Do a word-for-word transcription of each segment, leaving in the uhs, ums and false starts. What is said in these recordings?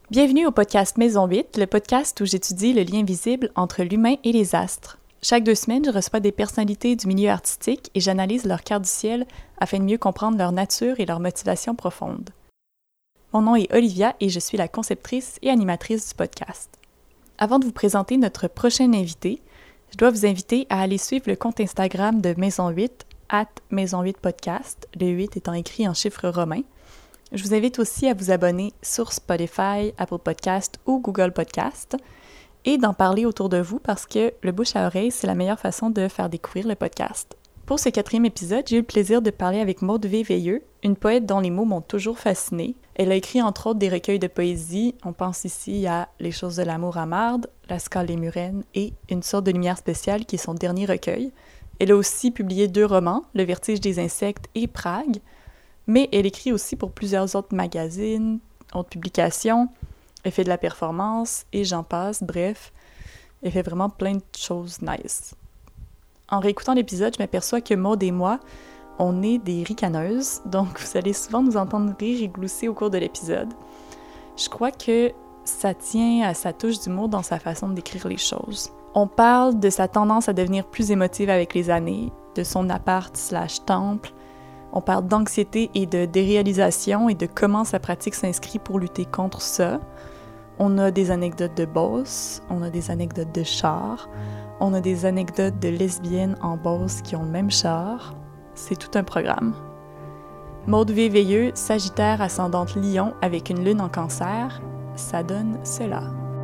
Bienvenue au podcast Maison huit, le podcast où j'étudie le lien visible entre l'humain et les astres. Chaque deux semaines, je reçois des personnalités du milieu artistique et j'analyse leur carte du ciel afin de mieux comprendre leur nature et leur motivation profonde. Mon nom est Olivia et je suis la conceptrice et animatrice du podcast. Avant de vous présenter notre prochain invité, je dois vous inviter à aller suivre le compte Instagram de Maison huit, arobase Maison huit podcast, le huit étant écrit en chiffres romains. Je vous invite aussi à vous abonner sur Spotify, Apple Podcast ou Google Podcast et d'en parler autour de vous parce que le bouche à oreille, c'est la meilleure façon de faire découvrir le podcast. Pour ce quatrième épisode, j'ai eu le plaisir de parler avec Maude V. Veilleux, une poète dont les mots m'ont toujours fascinée. Elle a écrit entre autres des recueils de poésie. On pense ici à Les choses de l'amour à marde, La Scale des Murennes et Une sorte de lumière spéciale qui est son dernier recueil. Elle a aussi publié deux romans, Le vertige des insectes et Prague. Mais elle écrit aussi pour plusieurs autres magazines, autres publications. Elle fait de la performance et j'en passe. Bref, elle fait vraiment plein de choses nice. En réécoutant l'épisode, je m'aperçois que Maude et moi, on est des ricaneuses. Donc, vous allez souvent nous entendre rire et glousser au cours de l'épisode. Je crois que ça tient à sa touche d'humour dans sa façon de décrire les choses. On parle de sa tendance à devenir plus émotive avec les années, de son appart slash temple. On parle d'anxiété et de déréalisation et de comment sa pratique s'inscrit pour lutter contre ça. On a des anecdotes de boss, on a des anecdotes de char, on a des anecdotes de lesbiennes en boss qui ont le même char. C'est tout un programme. Maude V. Veilleux, Sagittaire ascendante Lion avec une lune en Cancer, ça donne cela.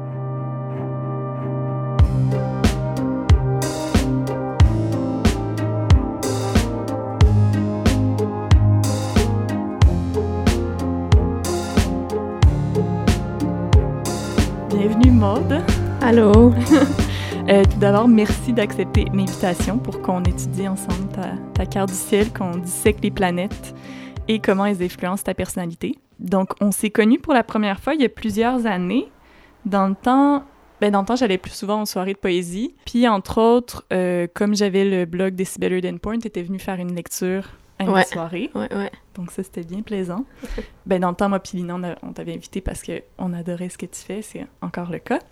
Bienvenue Maude. Allô. euh, tout d'abord, merci d'accepter l'invitation pour qu'on étudie ensemble ta, ta carte du ciel, qu'on dissèque les planètes et comment elles influencent ta personnalité. Donc, on s'est connus pour la première fois il y a plusieurs années. Dans le temps, ben dans le temps, j'allais plus souvent aux soirées de poésie. Puis, entre autres, euh, comme j'avais le blog This Is Better Than Porn, t'étais venue faire une lecture à une ouais. soirée. Ouais, ouais. Donc ça, c'était bien plaisant. ben dans le temps, moi puis Lina, on, a, on t'avait invité parce qu'on adorait ce que tu fais. C'est encore le cas.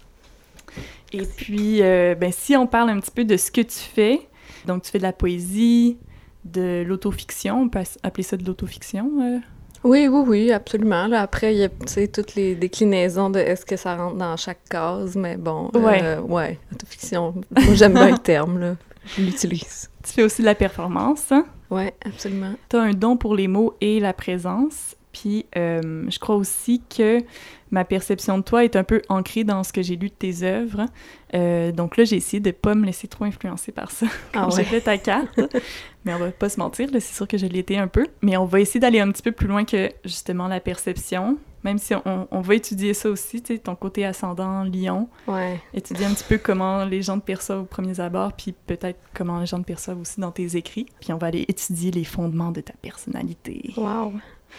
Et puis, euh, ben si on parle un petit peu de ce que tu fais, donc tu fais de la poésie, de l'autofiction, on peut appeler ça de l'autofiction? Euh? Oui, oui, oui, absolument. Là, après, il y a, tu sais, toutes les déclinaisons de est-ce que ça rentre dans chaque case, mais bon, ouais, euh, ouais, autofiction, moi, j'aime bien le terme, là, je l'utilise. Tu fais aussi de la performance, hein? Oui, absolument. Tu as un don pour les mots et la présence, puis euh, je crois aussi que ma perception de toi est un peu ancrée dans ce que j'ai lu de tes œuvres. Euh, donc là, j'ai essayé de ne pas me laisser trop influencer par ça quand ah ouais. j'ai fait ta carte. Mais on va pas se mentir, là, c'est sûr que je l'ai été un peu. Mais on va essayer d'aller un petit peu plus loin que, justement, la perception. Même si on, on va étudier ça aussi, tu sais, ton côté ascendant Lion. Ouais. Étudier un petit peu comment les gens te perçoivent aux premiers abords, puis peut-être comment les gens te perçoivent aussi dans tes écrits. Puis on va aller étudier les fondements de ta personnalité. Wow!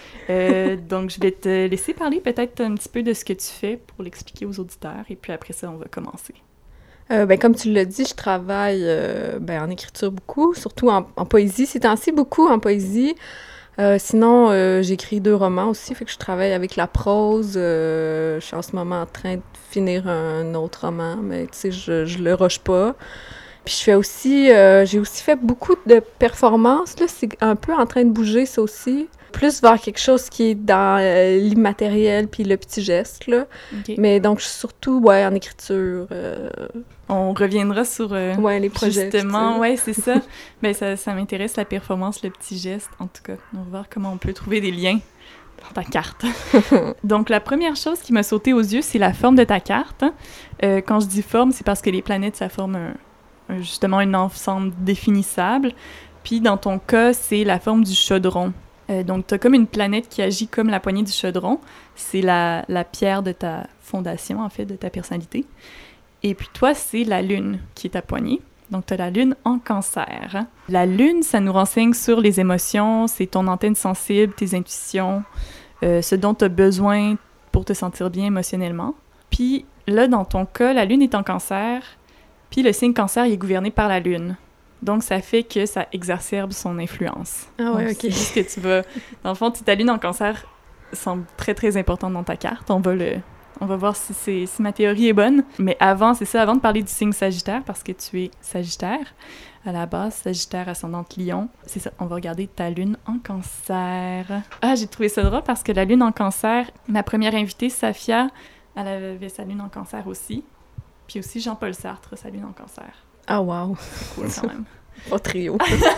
Euh, donc, je vais te laisser parler peut-être un petit peu de ce que tu fais pour l'expliquer aux auditeurs, et puis après ça, on va commencer. Euh, ben, comme tu l'as dit, je travaille euh, ben, en écriture beaucoup, surtout en, en poésie. Ces temps-ci, beaucoup en poésie. Euh, sinon, euh, j'écris deux romans aussi, fait que je travaille avec la prose. Euh, je suis en ce moment en train de finir un autre roman, mais tu sais, je, je le rush pas. Puis je fais aussi, euh, j'ai aussi fait beaucoup de performances, là, c'est un peu en train de bouger ça aussi. Plus vers quelque chose qui est dans euh, l'immatériel puis le petit geste, là. Okay. Mais donc, je suis surtout, ouais, en écriture. Euh... On reviendra sur, euh, ouais, les projets. Justement, ouais, c'est ça. Ben, ça, ça m'intéresse, la performance, le petit geste, en tout cas. On va voir comment on peut trouver des liens dans ta carte. Donc, la première chose qui m'a sauté aux yeux, c'est la forme de ta carte. Euh, quand je dis forme, c'est parce que les planètes, ça forme un, un, justement un ensemble définissable. Puis, dans ton cas, c'est la forme du chaudron. Euh, donc, tu as comme une planète qui agit comme la poignée du chaudron. C'est la, la pierre de ta fondation, en fait, de ta personnalité. Et puis toi, c'est la lune qui est ta poignée. Donc, tu as la lune en Cancer. La lune, ça nous renseigne sur les émotions, c'est ton antenne sensible, tes intuitions, euh, ce dont tu as besoin pour te sentir bien émotionnellement. Puis là, dans ton cas, la lune est en Cancer, puis le signe Cancer, il est gouverné par la lune. Donc, ça fait que ça exacerbe son influence. Ah ouais, donc, OK. C'est juste que tu vas... Dans le fond, ta lune en Cancer semble très, très importante dans ta carte. On va le, On va voir si, c'est, si ma théorie est bonne. Mais avant, c'est ça, avant de parler du signe Sagittaire, parce que tu es Sagittaire, à la base, Sagittaire ascendante Lion, c'est ça, on va regarder ta lune en Cancer. Ah, j'ai trouvé ça drôle parce que la lune en Cancer, ma première invitée, Safia, elle avait sa lune en Cancer aussi. Puis aussi Jean-Paul Sartre, sa lune en Cancer. Ah, wow! C'est cool quand même. Pas trio.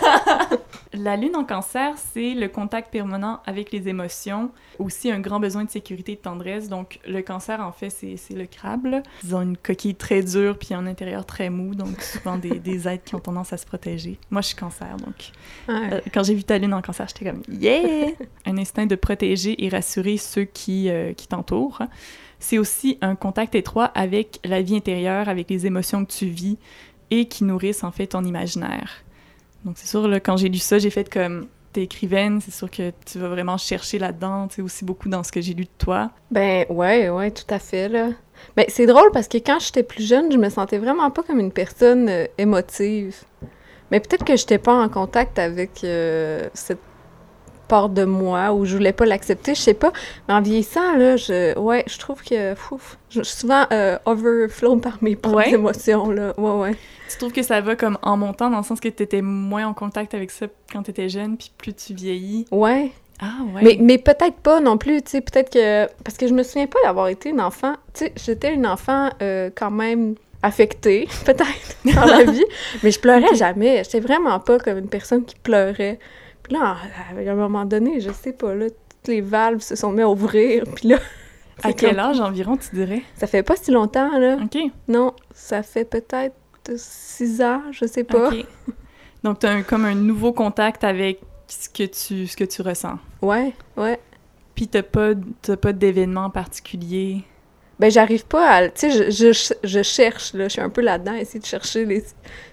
La lune en Cancer, c'est le contact permanent avec les émotions, aussi un grand besoin de sécurité et de tendresse. Donc, le Cancer, en fait, c'est, c'est le crabe, là. Ils ont une coquille très dure, puis un intérieur très mou, donc souvent des, des êtres qui ont tendance à se protéger. Moi, je suis Cancer, donc Ouais. euh, quand j'ai vu ta lune en Cancer, j'étais comme « Yeah! » Un instinct de protéger et rassurer ceux qui, euh, qui t'entourent. C'est aussi un contact étroit avec la vie intérieure, avec les émotions que tu vis, et qui nourrissent, en fait, ton imaginaire. Donc, c'est sûr, là, quand j'ai lu ça, j'ai fait comme... T'es écrivaine, c'est sûr que tu vas vraiment chercher là-dedans, tu sais, aussi beaucoup dans ce que j'ai lu de toi. Ben, ouais, ouais, tout à fait, là. Ben, c'est drôle parce que quand j'étais plus jeune, je me sentais vraiment pas comme une personne euh, émotive. Mais peut-être que j'étais pas en contact avec euh, cette part de moi ou je voulais pas l'accepter, je sais pas. Mais en vieillissant, là, je, ouais, je trouve que, ouf, je suis souvent euh, overflow par mes propres Ouais. émotions, là. Ouais, ouais. Tu trouves que ça va comme en montant, dans le sens que t'étais moins en contact avec ça quand t'étais jeune, puis plus tu vieillis? Ouais. Ah ouais? Mais, mais peut-être pas non plus, tu sais, peut-être que... Parce que je me souviens pas d'avoir été une enfant... Tu sais, j'étais une enfant euh, quand même affectée, peut-être, dans la vie, mais je pleurais Ok. jamais. J'étais vraiment pas comme une personne qui pleurait. Puis là, à un moment donné, je sais pas, là, toutes les valves se sont mises à ouvrir, puis là... À c'est quel comme- âge environ, tu dirais? Ça fait pas si longtemps, là. OK. Non, ça fait peut-être six ans, je sais pas. OK. Donc, t'as un, comme un nouveau contact avec ce que tu, ce que tu ressens. Ouais, ouais. Puis t'as pas, t'as pas d'événement particulier. Ben, j'arrive pas à... Tu sais, je, je, je cherche, là, je suis un peu là-dedans, à essayer de chercher les...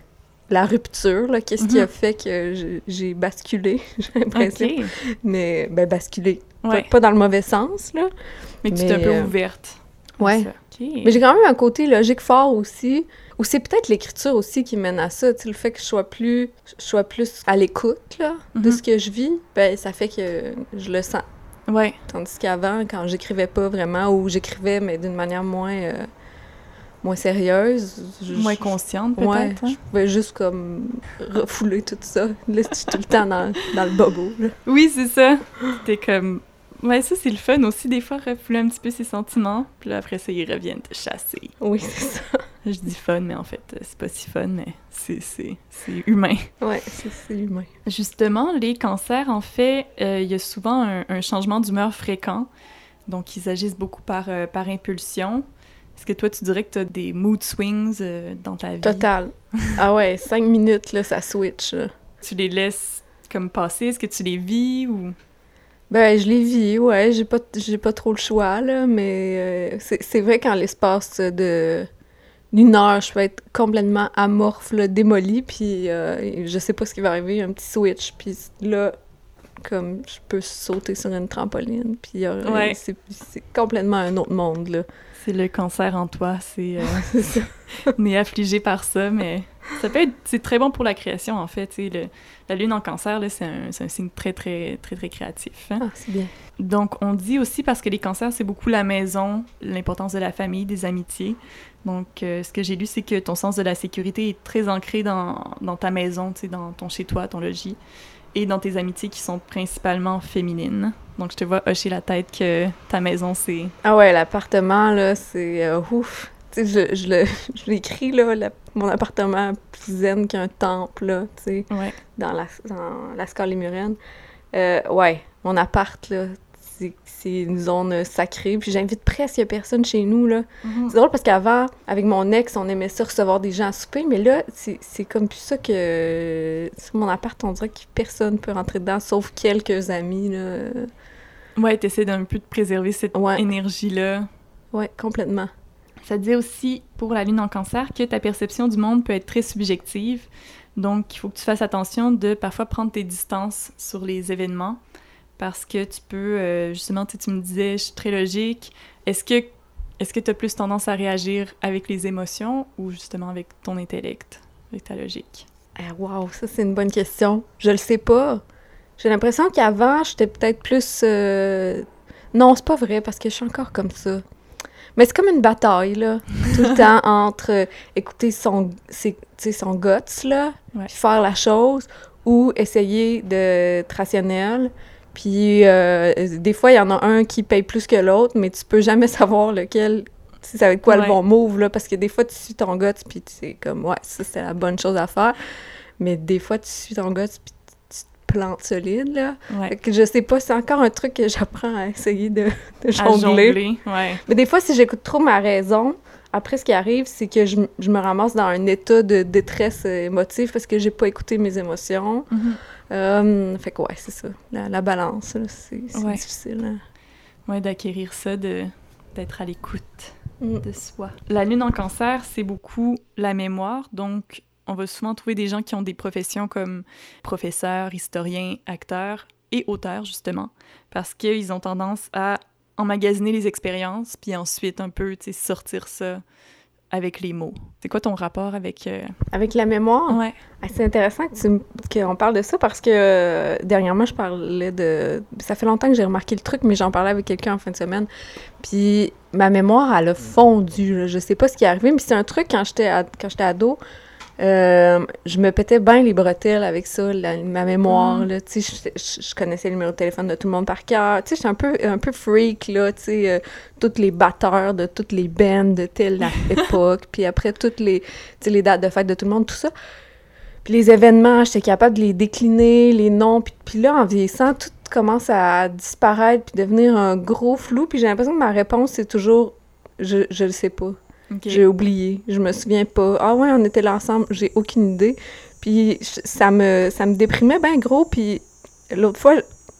la rupture, là, qu'est-ce qui a Mhm. fait que je- j'ai basculé, j'ai l'impression. OK. Mais, ben, basculé. Ouais. Pas, pas dans le mauvais sens, là. Mais que tu Mais, t'es un peu euh, ouverte. à ouais. ça. OK. Mais j'ai quand même un côté logique fort aussi, ou c'est peut-être l'écriture aussi qui mène à ça, tu sais, le fait que je sois plus, je sois plus à l'écoute, là, de Mhm. ce que je vis, ben, ça fait que je le sens. Ouais. Tandis qu'avant, quand j'écrivais pas vraiment, ou j'écrivais, mais d'une manière moins, euh, moins sérieuse... je- Moins je- consciente, Ouais, peut-être. hein? je pouvais juste comme refouler tout ça. Là, je suis tout le temps dans, dans le bobo, là. Oui, c'est ça. T'es comme... Ouais, ça, c'est le fun aussi, des fois, refouler un petit peu ses sentiments. Puis là, après ça, ils reviennent te chasser. Oui, c'est ça. Je dis fun, mais en fait, euh, c'est pas si fun, mais c'est, c'est, c'est humain. Ouais, c'est, c'est humain. Justement, les cancers, en fait, euh, il y a souvent un, un changement d'humeur fréquent. Donc, ils agissent beaucoup par, euh, par impulsion. Est-ce que toi, tu dirais que tu as des mood swings euh, dans ta vie? Total. Ah ouais, cinq minutes, là, ça switch, là. Tu les laisses comme passer? Est-ce que tu les vis ou... Ben, je les vis, ouais, j'ai pas, j'ai pas trop le choix, là, mais euh, c'est, c'est vrai qu'en l'espace de d'une heure, je peux être complètement amorphe, là, démolie, puis euh, je sais pas ce qui va arriver, un petit switch, puis là, comme, je peux sauter sur une trampoline, puis euh, Ouais. c'est, c'est complètement un autre monde, là. C'est le cancer en toi, c'est... euh, C'est ça. on est affligé par ça, mais ça peut être... C'est très bon pour la création, en fait. Tu sais, le- la lune en cancer, là, c'est un, c'est un signe très, très, très, très créatif. hein. Ah, c'est bien. Donc, on dit aussi, parce que les cancers, c'est beaucoup la maison, l'importance de la famille, des amitiés. Donc, euh, ce que j'ai lu, c'est que ton sens de la sécurité est très ancré dans, dans ta maison, tu sais, dans ton chez-toi, ton logis, et dans tes amitiés qui sont principalement féminines. Donc, je te vois hocher la tête que ta maison, c'est... Ah ouais, l'appartement, là, c'est euh, ouf. Tu sais, je, je, le, je l'écris, là, la- mon appartement plus zen qu'un temple, là, tu sais, Ouais. dans la, dans la Scala Murène. Euh, ouais, mon appart, là, c'est, c'est une zone sacrée. Puis j'invite presque personne chez nous, là. C'est drôle parce qu'avant, avec mon ex, on aimait ça recevoir des gens à souper, mais là, c'est, c'est comme plus ça que... Sur mon appart, on dirait que personne peut rentrer dedans, sauf quelques amis, là. Ouais, t'essaies d'un peu de préserver cette Ouais. énergie-là. Ouais, complètement. Ça dit aussi, pour la lune en cancer, que ta perception du monde peut être très subjective. Donc, il faut que tu fasses attention de parfois prendre tes distances sur les événements parce que tu peux, euh, justement, tu sais, tu me disais, je suis très logique. Est-ce que est-ce que tu as plus tendance à réagir avec les émotions ou justement avec ton intellect, avec ta logique? Ah, wow, ça, c'est une bonne question. Je le sais pas. J'ai l'impression qu'avant, j'étais peut-être plus... euh, Non, c'est pas vrai, parce que je suis encore comme ça. Mais c'est comme une bataille, là, tout le temps, entre euh, écouter son, ses, tu sais, son guts, là, Ouais. puis faire la chose, ou essayer d'être rationnel. Puis euh, des fois, il y en a un qui paye plus que l'autre, mais tu peux jamais savoir lequel, tu sais, ça va être quoi Ouais. le bon move, là, parce que des fois, tu suis ton guts, puis tu sais, comme, ouais, ça, c'est la bonne chose à faire. Mais des fois, tu suis ton guts, puis tu te plantes solide, là. Ouais. Fait que je sais pas, c'est encore un truc que j'apprends à essayer de, de À jongler. jongler, ouais. Mais des fois, si j'écoute trop ma raison, après, ce qui arrive, c'est que je, m- je me ramasse dans un état de détresse euh, émotive parce que j'ai pas écouté mes émotions. Mhm. Euh, fait que ouais, c'est ça. La, la balance, là, c'est c'est Ouais. difficile. Hein. Ouais, d'acquérir ça, de d'être à l'écoute Mm. de soi. La lune en cancer, c'est beaucoup la mémoire, donc on va souvent trouver des gens qui ont des professions comme professeurs, historiens, acteurs et auteurs, justement, parce qu'ils ont tendance à emmagasiner les expériences, puis ensuite un peu, tu sais, sortir ça avec les mots. C'est quoi ton rapport avec... euh, Avec la mémoire, Ouais. ah, c'est intéressant que tu m- qu'on parle de ça parce que euh, dernièrement, je parlais de... Ça fait longtemps que j'ai remarqué le truc, mais j'en parlais avec quelqu'un en fin de semaine. Puis ma mémoire, elle a fondu. Là. Je sais pas ce qui est arrivé, mais c'est un truc quand j'étais ad- quand j'étais ado. euh, je me pétais bien les bretelles avec ça, la- ma mémoire. Mm. Là, tu sais, je, je- je connaissais le numéro de téléphone de tout le monde par cœur. Tu sais, j'étais un peu, un peu freak, là, tu sais, euh, tous les batteurs de toutes les bands de telle époque, puis après toutes les, tu sais, les dates de fête de tout le monde, tout ça. Puis les événements, j'étais capable de les décliner, les noms, puis, puis là, en vieillissant, tout commence à disparaître puis devenir un gros flou, puis j'ai l'impression que ma réponse, c'est toujours « je, je le sais pas ». OK. J'ai oublié, je me souviens pas. Ah ouais, on était là ensemble, j'ai aucune idée. Puis je- ça me, ça me déprimait bien gros. Puis l'autre fois,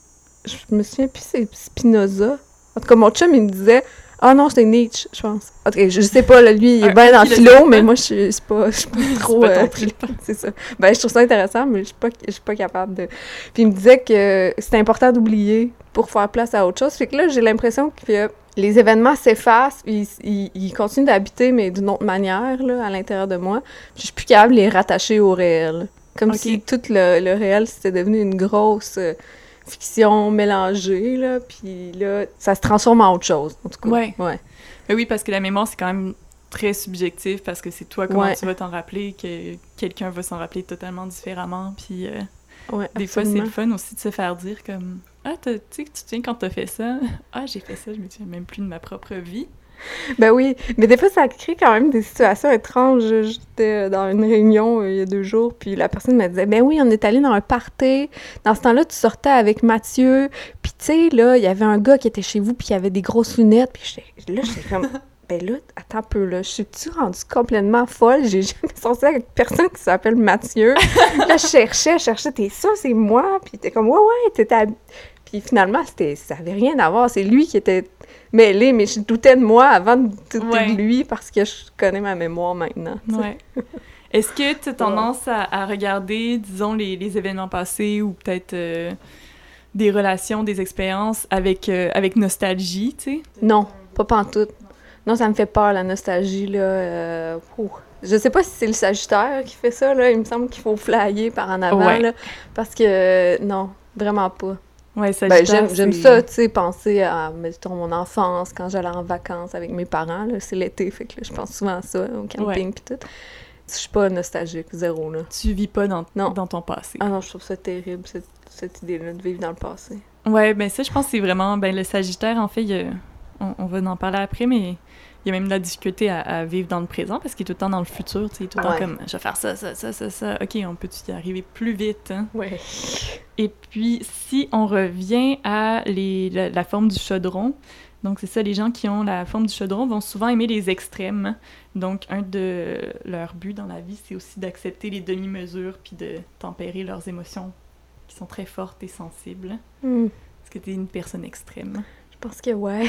je me souviens plus, c'est Spinoza. En tout cas, mon chum, il me disait « Ah non, c'était Nietzsche, je pense. » En tout cas, je sais pas, là, lui, il est Un- bien un dans qui le le sait philo, pas. mais moi, je suis c'est pas, je suis pas trop... pas ton euh, trip. c'est ça. Ben, je trouve ça intéressant, mais je suis pas, je suis pas capable de... Puis il me disait que c'était important d'oublier pour faire place à autre chose. Fait que là, j'ai l'impression que les événements s'effacent, ils, ils, ils continuent d'habiter, mais d'une autre manière, là, à l'intérieur de moi. Puis je suis plus capable de les rattacher au réel. Comme Ok. si tout le, le réel, c'était devenu une grosse euh, fiction mélangée, là. Puis là, ça se transforme en autre chose, en tout cas. Ouais. Ouais. Mais oui, parce que la mémoire, c'est quand même très subjectif, parce que c'est toi comment Ouais. tu vas t'en rappeler, que quelqu'un va s'en rappeler totalement différemment, puis... euh, Ouais, Des fois, c'est absolument. le fun aussi de se faire dire comme « Ah, t'as- tu sais, tu te souviens quand t'as fait ça? Ah, j'ai fait ça, je me souviens même plus de ma propre vie. Ben oui, mais des fois, ça crée quand même des situations étranges. J'étais dans une réunion euh, il y a deux jours, puis la personne me disait « Ben oui, on est allé dans un party. Dans ce temps-là, tu sortais avec Mathieu. Puis tu sais, là, il y avait un gars qui était chez vous, puis il avait des grosses lunettes. Puis j'étais- là, j'étais comme... Ben là, attends un peu, là, je suis-tu rendue complètement folle? J'ai jamais sorti avec personne qui s'appelle Mathieu. Là, je cherchais, je cherchais, t'es ça, c'est moi? Puis t'es comme, ouais, ouais, t'étais... hab- Puis finalement, c'était, ça avait rien à voir. C'est lui qui était mêlé, mais je doutais de moi avant de douter Ouais. de lui parce que je connais ma mémoire maintenant. » tu sais. Ouais. Est-ce que tu as tendance à, à regarder, disons, les, les événements passés ou peut-être euh, des relations, des expériences avec, euh, avec nostalgie, tu sais? Non, pas pantoute. Non, ça me fait peur, la nostalgie, là. Euh, ouh. Je sais pas si c'est le Sagittaire qui fait ça, là. Il me semble qu'il faut flyer par en avant, Ouais. là. Parce que, euh, non, vraiment pas. Ouais, ça Ben, j'aime, j'aime ça, tu sais, penser à, mettons, mon enfance, quand j'allais en vacances avec mes parents, là. C'est l'été, fait que là, je pense souvent à ça, au camping pis tout. Je suis pas nostalgique, zéro, là. Tu vis pas dans, Non. dans ton passé. Ah non, je trouve ça terrible, cette, cette idée-là, de vivre dans le passé. Ouais, ben ça, je pense que c'est vraiment... Ben le Sagittaire, en fait, il y a- on, on va en parler après, mais il y a même de la difficulté à, à vivre dans le présent parce qu'il est tout le temps dans le futur, tu sais, tout le temps Ouais. comme « je vais faire ça, ça, ça, ça, ça, ok, on peut-tu y arriver plus vite, hein? » Ouais. Et puis, si on revient à les, la, la forme du chaudron, donc c'est ça, les gens qui ont la forme du chaudron vont souvent aimer les extrêmes. Donc, un de leurs buts dans la vie, c'est aussi d'accepter les demi-mesures puis de tempérer leurs émotions qui sont très fortes et sensibles. Hmm. Est-ce que t'es une personne extrême? Je pense que ouais.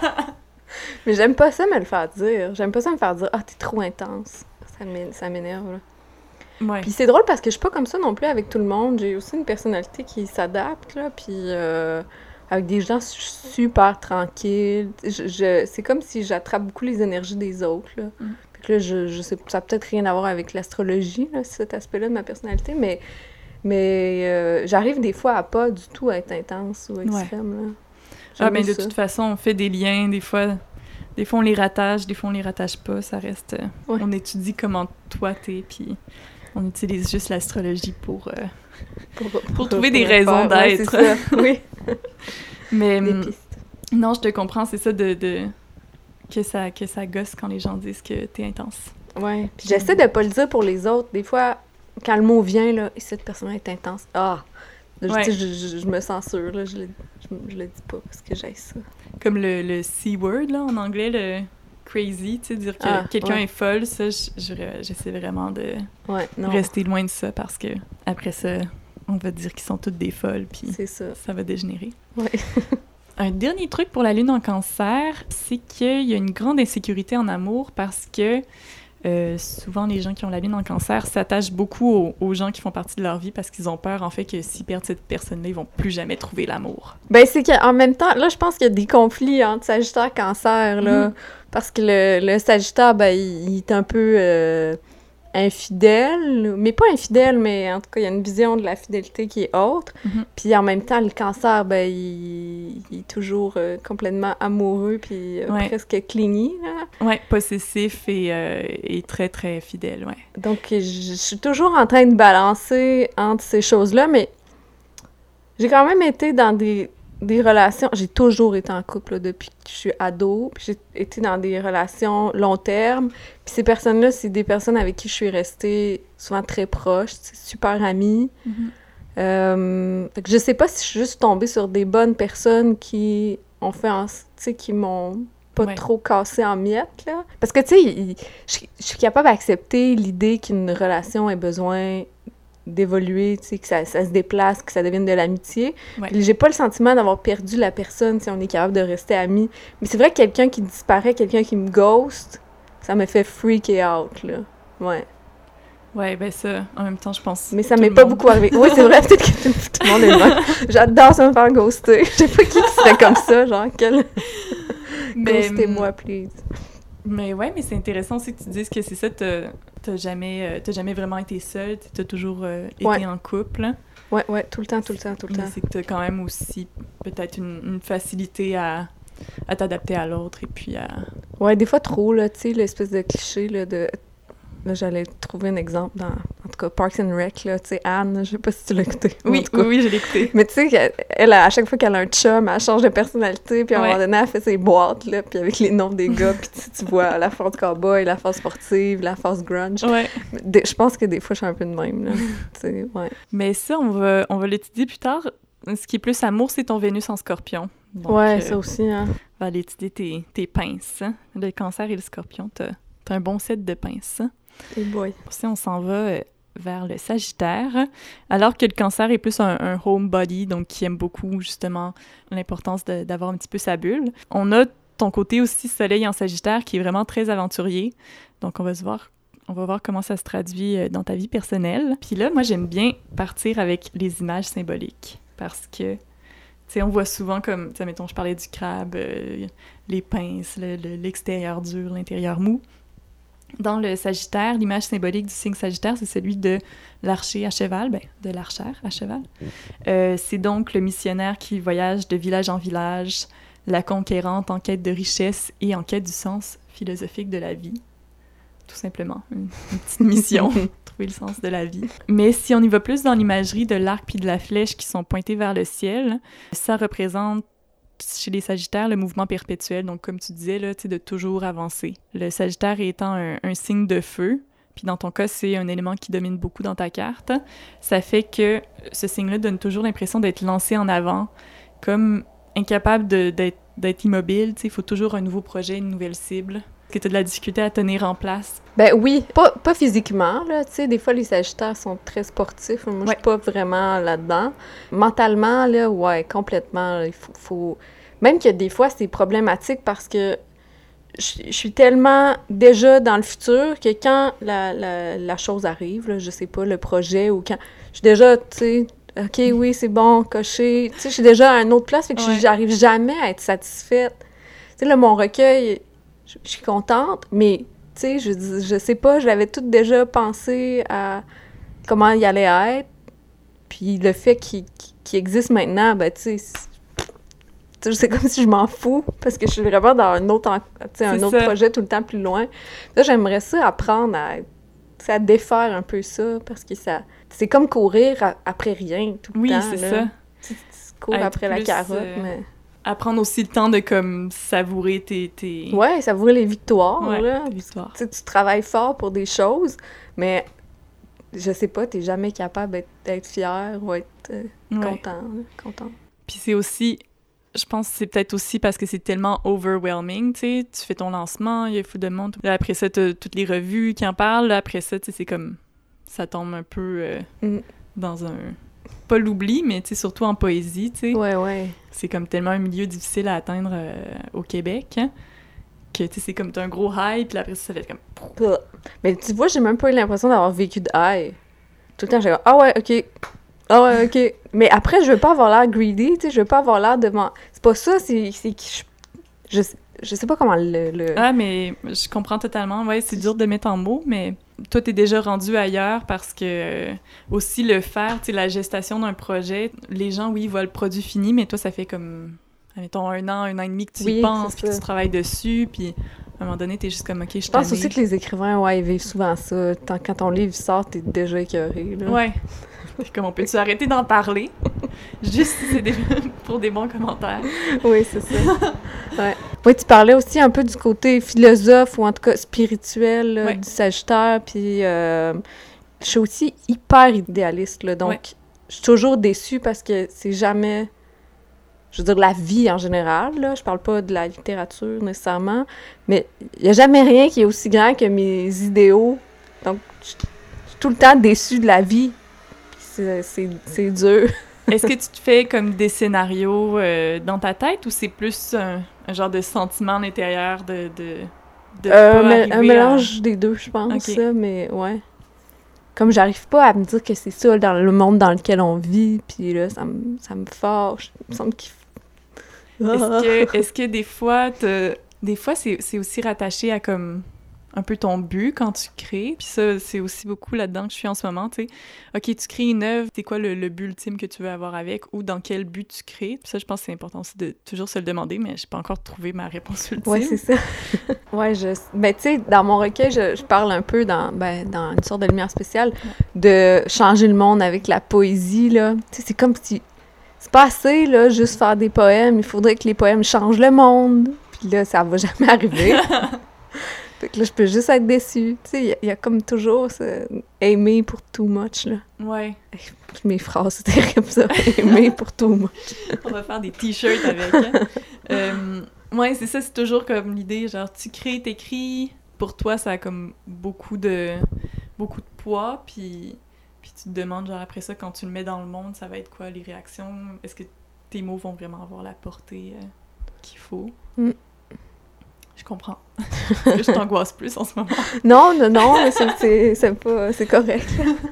Mais j'aime pas ça me le faire dire. J'aime pas ça me faire dire « Ah, t'es trop intense. » Ça m'é- ça m'énerve, là. Ouais. Puis c'est drôle parce que je suis pas comme ça non plus avec tout le monde. J'ai aussi une personnalité qui s'adapte, là, puis euh, avec des gens su- super tranquilles. Je, je- c'est comme si j'attrape beaucoup les énergies des autres, là. Mm. Fait que là, je, je sais, ça a peut-être rien à voir avec l'astrologie, là, cet aspect-là de ma personnalité, mais, mais euh, j'arrive des fois à pas du tout être intense ou extrême, là. Ah, J'aime ben de ça. toute façon, on fait des liens, des fois, Des fois, on les rattache, des fois, on les rattache pas. Ça reste... Euh, ouais. On étudie comment toi, t'es, puis on utilise juste l'astrologie pour, euh, pour, pour, pour trouver pour des raisons faire. d'être. Ouais, c'est ça. Oui. Mais des pistes. Non, je te comprends, c'est ça, de, de que ça que ça gosse quand les gens disent que t'es intense. Ouais. Puis j'essaie de pas le dire pour les autres. Des fois, quand le mot vient, là, et cette personne est intense, ah! Ouais. Je, je, je me censure, là, je, le, je, je le dis pas parce que j'ai ça. Comme le, le C-word, là, en anglais, le crazy, tu sais, dire que ah, quelqu'un ouais. est folle, ça, je, je, j'essaie vraiment de ouais, non. rester loin de ça parce que après ça, on va dire qu'ils sont toutes des folles, puis c'est ça. ça va dégénérer. Ouais. Un dernier truc pour la lune en cancer, c'est qu'il y a une grande insécurité en amour parce que Euh, souvent, les gens qui ont la lune en cancer s'attachent beaucoup aux, aux gens qui font partie de leur vie parce qu'ils ont peur, en fait, que s'ils perdent cette personne-là, ils vont plus jamais trouver l'amour. Ben c'est qu'en même temps, là, je pense qu'il y a des conflits entre Sagittaire et Cancer, là, mm-hmm. parce que le, le Sagittaire, ben, il, il est un peu euh, infidèle, mais pas infidèle, mais en tout cas, il y a une vision de la fidélité qui est autre. Mm-hmm. Puis en même temps, le Cancer, ben, il, il est toujours euh, complètement amoureux puis euh, ouais. presque clingy, là. Ouais, possessif et, euh, et très, très fidèle, ouais. Donc, je, je suis toujours en train de balancer entre ces choses-là, mais j'ai quand même été dans des, des relations... J'ai toujours été en couple là, depuis que je suis ado, puis j'ai été dans des relations long terme, puis ces personnes-là, c'est des personnes avec qui je suis restée souvent très proche, super amie. Mm-hmm. Euh, fait que je sais pas si je suis juste tombée sur des bonnes personnes qui ont fait en... Tu sais, qui m'ont... pas ouais. trop cassé en miettes, là. Parce que, tu sais, je, je suis capable d'accepter l'idée qu'une relation ait besoin d'évoluer, tu sais, que ça, ça se déplace, que ça devienne de l'amitié. Ouais. J'ai pas le sentiment d'avoir perdu la personne si on est capable de rester amis. Mais c'est vrai que quelqu'un qui disparaît, quelqu'un qui me ghost, ça me fait freaker out, là. Ouais. Ouais, ben ça, en même temps, je pense... Mais ça m'est pas beaucoup arrivé. Oui, c'est vrai, peut-être que tout le monde est loin. J'adore ça me faire ghoster. Je sais pas qui qui serait comme ça, genre, quel... Mais, Ghostez-moi, please. Mais ouais, mais c'est intéressant aussi que tu dises que c'est ça, t'as, t'as, jamais, euh, t'as jamais vraiment été seule, t'as toujours euh, été ouais. en couple. Ouais, ouais, tout le temps, tout le temps, tout le mais temps. C'est que t'as quand même aussi peut-être une, une facilité à, à t'adapter à l'autre et puis à... Ouais, des fois trop, là, tu sais, l'espèce de cliché, là, de... Là, j'allais trouver un exemple dans, en tout cas, Parks and Rec, là, tu sais, Anne, je sais pas si tu l'as écouté. Oui, oui, oui, je l'ai écouté. Mais tu sais, elle, à chaque fois qu'elle a un chum, elle change de personnalité, puis à un ouais. moment donné, elle fait ses boîtes, là, puis avec les noms des gars, puis tu, tu vois la phase cowboy, la phase sportive, la phase grunge. Ouais. De, je pense que des fois, je suis un peu de même, là, tu sais, ouais. Mais ça, on va, on va l'étudier plus tard. Ce qui est plus amour, c'est ton Vénus en Scorpion. Donc, ouais, euh, ça aussi, hein. On va aller étudier tes, tes pinces. Hein? Le Cancer et le Scorpion, t'as, t'as un bon set de pinces. Et boy. Si on s'en va euh, vers le Sagittaire, alors que le Cancer est plus un, un homebody, donc qui aime beaucoup justement l'importance de, d'avoir un petit peu sa bulle. On a ton côté aussi Soleil en Sagittaire qui est vraiment très aventurier. Donc on va se voir, on va voir comment ça se traduit dans ta vie personnelle. Puis là, moi j'aime bien partir avec les images symboliques parce que tu sais, on voit souvent comme, tu sais, mettons, je parlais du crabe, euh, les pinces, le, le, l'extérieur dur, l'intérieur mou. Dans le Sagittaire, l'image symbolique du signe Sagittaire, c'est celui de l'archer à cheval, ben, de l'archère à cheval. Euh, c'est donc le missionnaire qui voyage de village en village, la conquérante en quête de richesse et en quête du sens philosophique de la vie. Tout simplement, une, une petite mission, trouver le sens de la vie. Mais si on y va plus dans l'imagerie de l'arc puis de la flèche qui sont pointés vers le ciel, ça représente chez les Sagittaires, le mouvement perpétuel, donc comme tu disais, là, de toujours avancer. Le Sagittaire étant un, un signe de feu, puis dans ton cas, c'est un élément qui domine beaucoup dans ta carte, ça fait que ce signe-là donne toujours l'impression d'être lancé en avant, comme incapable de, d'être, d'être immobile, il faut toujours un nouveau projet, une nouvelle cible. Est-ce que tu as de la difficulté à tenir en place? Ben oui, pas, pas physiquement, là, tu sais, des fois les Sagittaires sont très sportifs, moi je suis pas vraiment là-dedans. Mentalement, là, ouais, complètement, il faut, faut... Même que des fois c'est problématique parce que je, je suis tellement déjà dans le futur que quand la, la, la chose arrive, là, je sais pas, le projet ou quand... Je suis déjà, tu sais, OK, oui, c'est bon, coché, tu sais, je suis déjà à une autre place, fait que ouais. j'arrive jamais à être satisfaite. Tu sais, là, mon recueil... Je, je suis contente, mais, tu sais, je, je sais pas, j'avais tout déjà pensé à comment il allait être, puis le fait qu'il, qu'il existe maintenant, ben, tu sais, c'est comme si je m'en fous, parce que je suis vraiment dans un autre, en, un autre projet tout le temps plus loin. Là, j'aimerais ça apprendre à, à défaire un peu ça, parce que ça c'est comme courir à, après rien tout le oui, temps. Oui, c'est là. ça. Tu, tu cours Être après la carotte, euh, mais... Apprendre aussi le temps de, comme, savourer tes... tes... Ouais, savourer les victoires, ouais, là. Les victoires. Tu, tu travailles fort pour des choses, mais... Je sais pas, t'es jamais capable d'être, d'être fier ou être euh, ouais. content, là, content. Puis c'est aussi... Je pense que c'est peut-être aussi parce que c'est tellement overwhelming, tu sais. Tu fais ton lancement, il y a fou de monde. Là, après ça, t'as toutes les revues qui en parlent. Là, après ça, tu sais, c'est comme... Ça tombe un peu euh, mm. dans un... Pas l'oubli, mais tu sais, surtout en poésie, tu sais. Ouais, ouais. C'est comme tellement un milieu difficile à atteindre euh, au Québec, hein, que, tu sais, c'est comme t'as un gros high, puis après ça, ça fait comme... Mais tu vois, j'ai même pas eu l'impression d'avoir vécu de high. Tout le temps, j'ai dit « Ah ouais, OK. Ah ouais, OK. » Mais après, je veux pas avoir l'air greedy, tu sais, je veux pas avoir l'air de... C'est pas ça, c'est... c'est que je... je... Je sais pas comment le, le... Ah, mais je comprends totalement. Ouais, c'est dur de mettre en mots, mais toi, t'es déjà rendu ailleurs parce que euh, aussi le faire, tu sais, la gestation d'un projet, les gens, oui, voient le produit fini, mais toi, ça fait comme, mettons, un an, un an et demi que tu oui, y penses, puis que tu travailles dessus, puis à un moment donné, t'es juste comme, OK, je Je pense aussi que les écrivains, ouais, ils vivent souvent ça. Tant, quand ton livre sort, t'es déjà écœuré, là. Ouais. Comme on peut-tu arrêter d'en parler? Juste c'est des... pour des bons commentaires. Oui, c'est ça. Ouais. Oui, tu parlais aussi un peu du côté philosophe ou en tout cas spirituel là, ouais. du Sagittaire. Puis euh, je suis aussi hyper idéaliste. Là, donc, ouais. je suis toujours déçue parce que c'est jamais... Je veux dire, la vie en général, là. Je parle pas de la littérature nécessairement. Mais il n'y a jamais rien qui est aussi grand que mes idéaux. Donc, je suis tout le temps déçue de la vie. C'est, c'est, c'est dur. Est-ce que tu te fais comme des scénarios euh, dans ta tête ou c'est plus un, un genre de sentiment à l'intérieur de, de, de euh, pas mais, un mélange à... des deux, je pense, okay. ça, mais ouais. Comme j'arrive pas à me dire que c'est ça dans le monde dans lequel on vit, puis là, ça me, ça me fâche. Il me semble qu'il... Est-ce que, est-ce que des fois, des fois c'est, c'est aussi rattaché à comme... un peu ton but quand tu crées. Puis ça, c'est aussi beaucoup là-dedans que je suis en ce moment, tu sais. OK, tu crées une œuvre, c'est quoi le, le but ultime que tu veux avoir avec ou dans quel but tu crées. Puis ça, je pense que c'est important aussi de toujours se le demander, mais j'ai pas encore trouvé ma réponse ultime. Oui, c'est ça. ouais, je... Ben, tu sais, dans mon recueil, je, je parle un peu dans, ben, dans une sorte de lumière spéciale de changer le monde avec la poésie, là. Tu sais, c'est comme si... C'est pas assez, là, juste faire des poèmes. Il faudrait que les poèmes changent le monde. Puis là, ça va jamais arriver. Fait que là, je peux juste être déçue. Tu sais, il y, y a comme toujours ce « aimer pour too much », là. Ouais. Mes phrases, c'est terrible, ça. « Aimer pour too much ». On va faire des t-shirts avec. Hein? euh, ouais, c'est ça, c'est toujours comme l'idée, genre, tu crées, t'écris. Pour toi, ça a comme beaucoup de, beaucoup de poids, puis, puis tu te demandes, genre, après ça, quand tu le mets dans le monde, ça va être quoi, les réactions? Est-ce que tes mots vont vraiment avoir la portée euh, qu'il faut? Mm. Je comprends. Est-ce que je t'angoisse plus en ce moment? Non, non, non, c'est, c'est, c'est pas... C'est correct.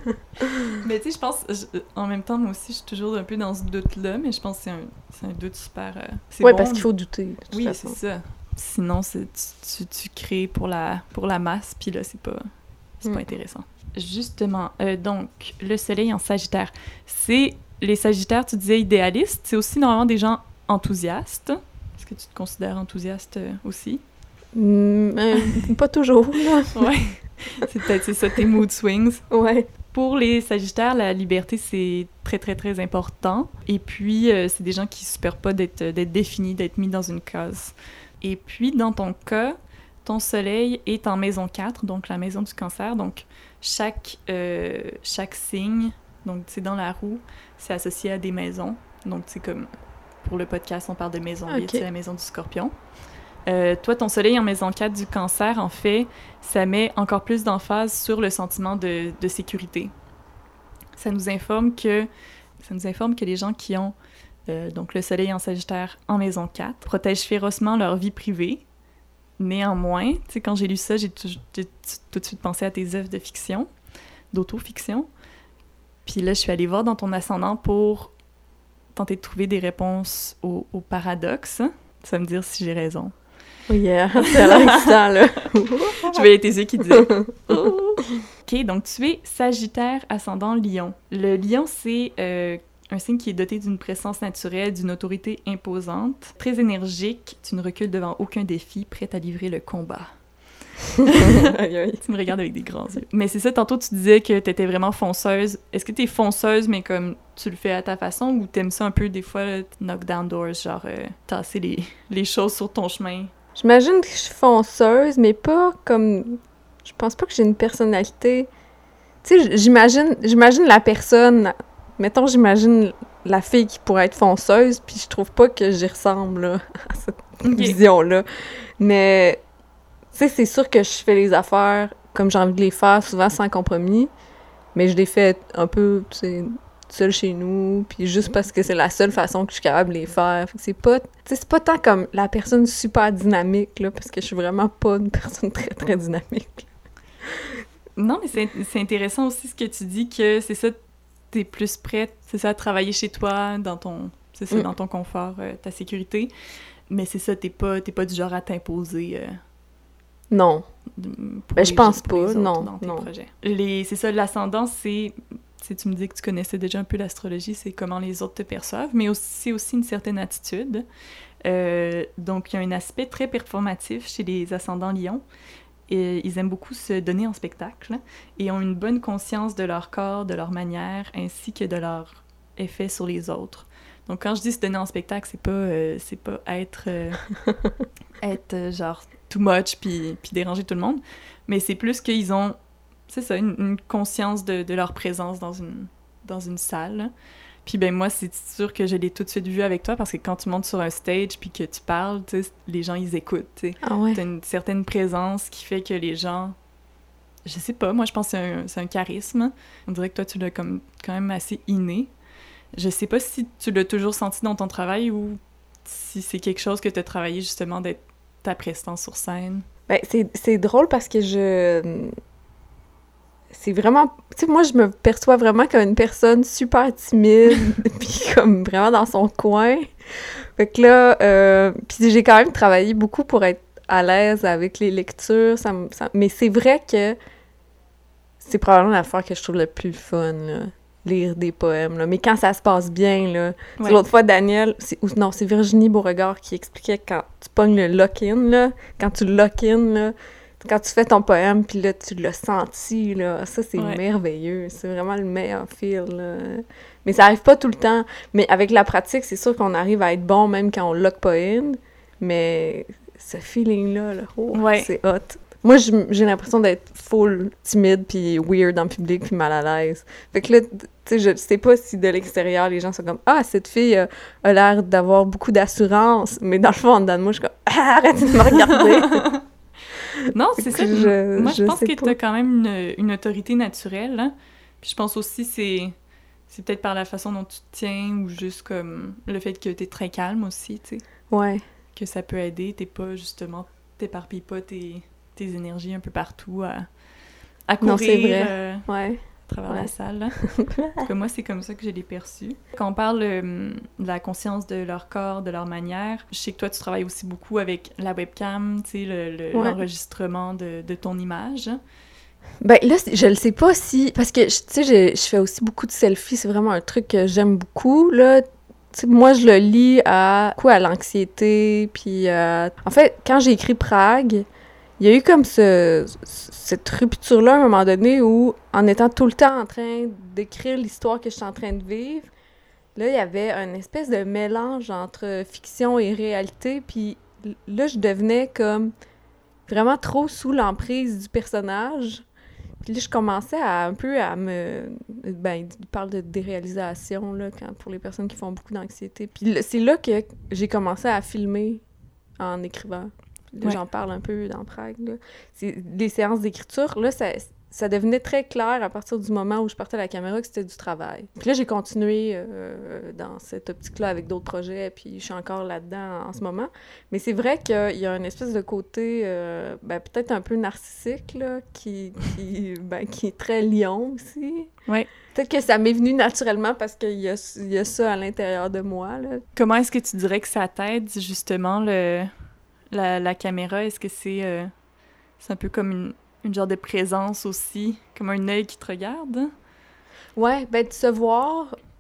Mais tu sais, je pense... Je, en même temps, moi aussi, je suis toujours un peu dans ce doute-là, mais je pense que c'est un, c'est un doute super... Euh, c'est ouais, bon, parce qu'il faut douter, de toute oui, façon. C'est ça. Sinon, c'est, tu, tu, tu crées pour la, pour la masse, puis là, c'est pas... C'est mm. pas intéressant. Justement, euh, donc, le soleil en Sagittaire. C'est... Les Sagittaires, tu disais idéalistes, c'est aussi normalement des gens enthousiastes. Est-ce que tu te considères enthousiaste euh, aussi? Mmh, euh, pas toujours, là. Ouais, c'est peut-être c'est ça, tes mood swings. Ouais. Pour les Sagittaires, la liberté, c'est très, très, très important. Et puis, euh, c'est des gens qui ne supèrent pas d'être, d'être définis, d'être mis dans une case. Et puis, dans ton cas, ton soleil est en maison quatre, donc la maison du cancer. Donc, chaque, euh, chaque signe, donc c'est dans la roue, c'est associé à des maisons. Donc, c'est comme, pour le podcast, on parle de maison huit, okay. C'est la maison du scorpion. Euh, toi, ton soleil en maison quatre du cancer, en fait, ça met encore plus d'emphase sur le sentiment de, de sécurité. Ça nous informe que, ça nous informe que les gens qui ont euh, donc le soleil en Sagittaire en maison quatre protègent férocement leur vie privée. Néanmoins, tu sais, quand j'ai lu ça, j'ai, tout, j'ai tout de suite pensé à tes œuvres de fiction, d'auto-fiction. Puis là, je suis allée voir dans ton ascendant pour tenter de trouver des réponses au, au paradoxe. Tu vas me dire si j'ai raison. Oh yeah, c'est à l'instant, là. Je voyais tes yeux qui disaient « OK, donc tu es Sagittaire ascendant Lion. Le Lion, c'est euh, un signe qui est doté d'une présence naturelle, d'une autorité imposante, très énergique, tu ne recules devant aucun défi, prête à livrer le combat. Tu me regardes avec des grands yeux. Mais c'est ça, tantôt tu disais que t'étais vraiment fonceuse. Est-ce que t'es fonceuse, mais comme tu le fais à ta façon, ou t'aimes ça un peu des fois, là, knock down doors, genre euh, tasser les, les choses sur ton chemin? J'imagine que je suis fonceuse, mais pas comme... Je pense pas que j'ai une personnalité... Tu sais, j'imagine, j'imagine la personne... Mettons, j'imagine la fille qui pourrait être fonceuse, puis je trouve pas que j'y ressemble, là, à cette okay. vision-là. Mais... Tu sais, c'est sûr que je fais les affaires comme j'ai envie de les faire, souvent sans compromis, mais je les fais un peu, tu sais, seule chez nous, puis juste parce que c'est la seule façon que je suis capable de les faire. Fait que c'est pas, tu sais, c'est pas tant comme la personne super dynamique, là, parce que je suis vraiment pas une personne très, très dynamique. Non, mais c'est, c'est intéressant aussi ce que tu dis, que c'est ça, t'es plus prête, c'est ça, à travailler chez toi, dans ton, c'est ça, mm. dans ton confort, euh, ta sécurité, mais c'est ça, t'es pas, t'es pas du genre à t'imposer... Euh, Non. Ben, je pense pas, non, dans tes non. projets. Les, c'est ça, l'ascendant, c'est... Si tu me dis que tu connaissais déjà un peu l'astrologie, c'est comment les autres te perçoivent, mais aussi, c'est aussi une certaine attitude. Euh, donc, il y a un aspect très performatif chez les ascendants lions. Et ils aiment beaucoup se donner en spectacle et ont une bonne conscience de leur corps, de leur manière, ainsi que de leur effet sur les autres. Donc, quand je dis se donner en spectacle, c'est pas, euh, c'est pas être... Euh, être, euh, genre... too much, puis, puis déranger tout le monde. Mais c'est plus qu'ils ont, c'est ça, une, une conscience de, de leur présence dans une, dans une salle. Puis ben moi, c'est sûr que je l'ai tout de suite vu avec toi, parce que quand tu montes sur un stage puis que tu parles, tu sais, les gens, ils écoutent, tu sais. Ah ouais. T'as une certaine présence qui fait que les gens... Je sais pas, moi, je pense que c'est un, c'est un charisme. On dirait que toi, tu l'as comme, quand même assez inné. Je sais pas si tu l'as toujours senti dans ton travail ou si c'est quelque chose que tu as travaillé, justement, d'être ta prestance sur scène? Ben, c'est, c'est drôle parce que je... C'est vraiment... Tu sais, moi, je me perçois vraiment comme une personne super timide, puis comme vraiment dans son coin. Fait que là... Euh... Puis j'ai quand même travaillé beaucoup pour être à l'aise avec les lectures, ça, me, ça... mais c'est vrai que c'est probablement l'affaire que je trouve le plus fun, là. Lire des poèmes, là. Mais quand ça se passe bien, là... Ouais. L'autre fois, Daniel... C'est, ou, non, c'est Virginie Beauregard qui expliquait quand tu pognes le lock-in, là, quand tu lock-in, là, quand tu fais ton poème, puis là, tu l'as senti, là, ça, c'est ouais. merveilleux. C'est vraiment le meilleur feel, là. Mais ça arrive pas tout le temps. Mais avec la pratique, c'est sûr qu'on arrive à être bon même quand on lock pas in, mais ce feeling-là, là, oh, ouais. c'est hot. Moi, j'ai l'impression d'être full timide, puis weird en public, puis mal à l'aise. Fait que là, tu sais, je sais pas si de l'extérieur, les gens sont comme « Ah, cette fille euh, a l'air d'avoir beaucoup d'assurance. » Mais dans le fond, en dedans de moi, je suis comme « Ah, arrêtez de me regarder! » Non, c'est ça. Je, moi, je, je pense que tu as quand même une, une autorité naturelle. Hein? Puis je pense aussi c'est c'est peut-être par la façon dont tu te tiens, ou juste comme le fait que tu es très calme aussi, tu sais. Ouais. Que ça peut aider. T'es pas, justement, t'éparpilles pas tes... tes énergies un peu partout à, à courir non, c'est vrai. Euh, ouais. à travers ouais. la salle. Là. En tout cas, moi, c'est comme ça que je l'ai perçu. Quand on parle euh, de la conscience de leur corps, de leur manière, je sais que toi, tu travailles aussi beaucoup avec la webcam, tu sais, le, le, ouais. l'enregistrement de, de ton image. Ben là, je le sais pas si... Parce que, tu sais, je, je fais aussi beaucoup de selfies. C'est vraiment un truc que j'aime beaucoup, là. T'sais, moi, je le lis à, quoi, à l'anxiété, puis... Euh... En fait, quand j'ai écrit Prague, il y a eu comme ce, cette rupture-là à un moment donné où, en étant tout le temps en train d'écrire l'histoire que je suis en train de vivre, là, il y avait un espèce de mélange entre fiction et réalité, puis là, je devenais comme vraiment trop sous l'emprise du personnage. Puis là, je commençais à un peu à me... Ben, il parle de déréalisation, là, quand, pour les personnes qui font beaucoup d'anxiété. Puis là, c'est là que j'ai commencé à filmer en écrivant. Là, ouais. J'en parle un peu dans Prague, là. C'est, les séances d'écriture, là, ça, ça devenait très clair à partir du moment où je partais à la caméra que c'était du travail. Puis là, j'ai continué euh, dans cette optique-là avec d'autres projets, puis je suis encore là-dedans en, en ce moment. Mais c'est vrai qu'il y a une espèce de côté, euh, ben, peut-être un peu narcissique, là, qui, qui, ben, qui est très lion aussi. Oui. Peut-être que ça m'est venu naturellement parce qu'il y a, il y a ça à l'intérieur de moi, là. Comment est-ce que tu dirais que ça t'aide, justement, le... La, la caméra? Est-ce que c'est, euh, c'est un peu comme une, une genre de présence aussi, comme un œil qui te regarde? Ouais, ben de se voir,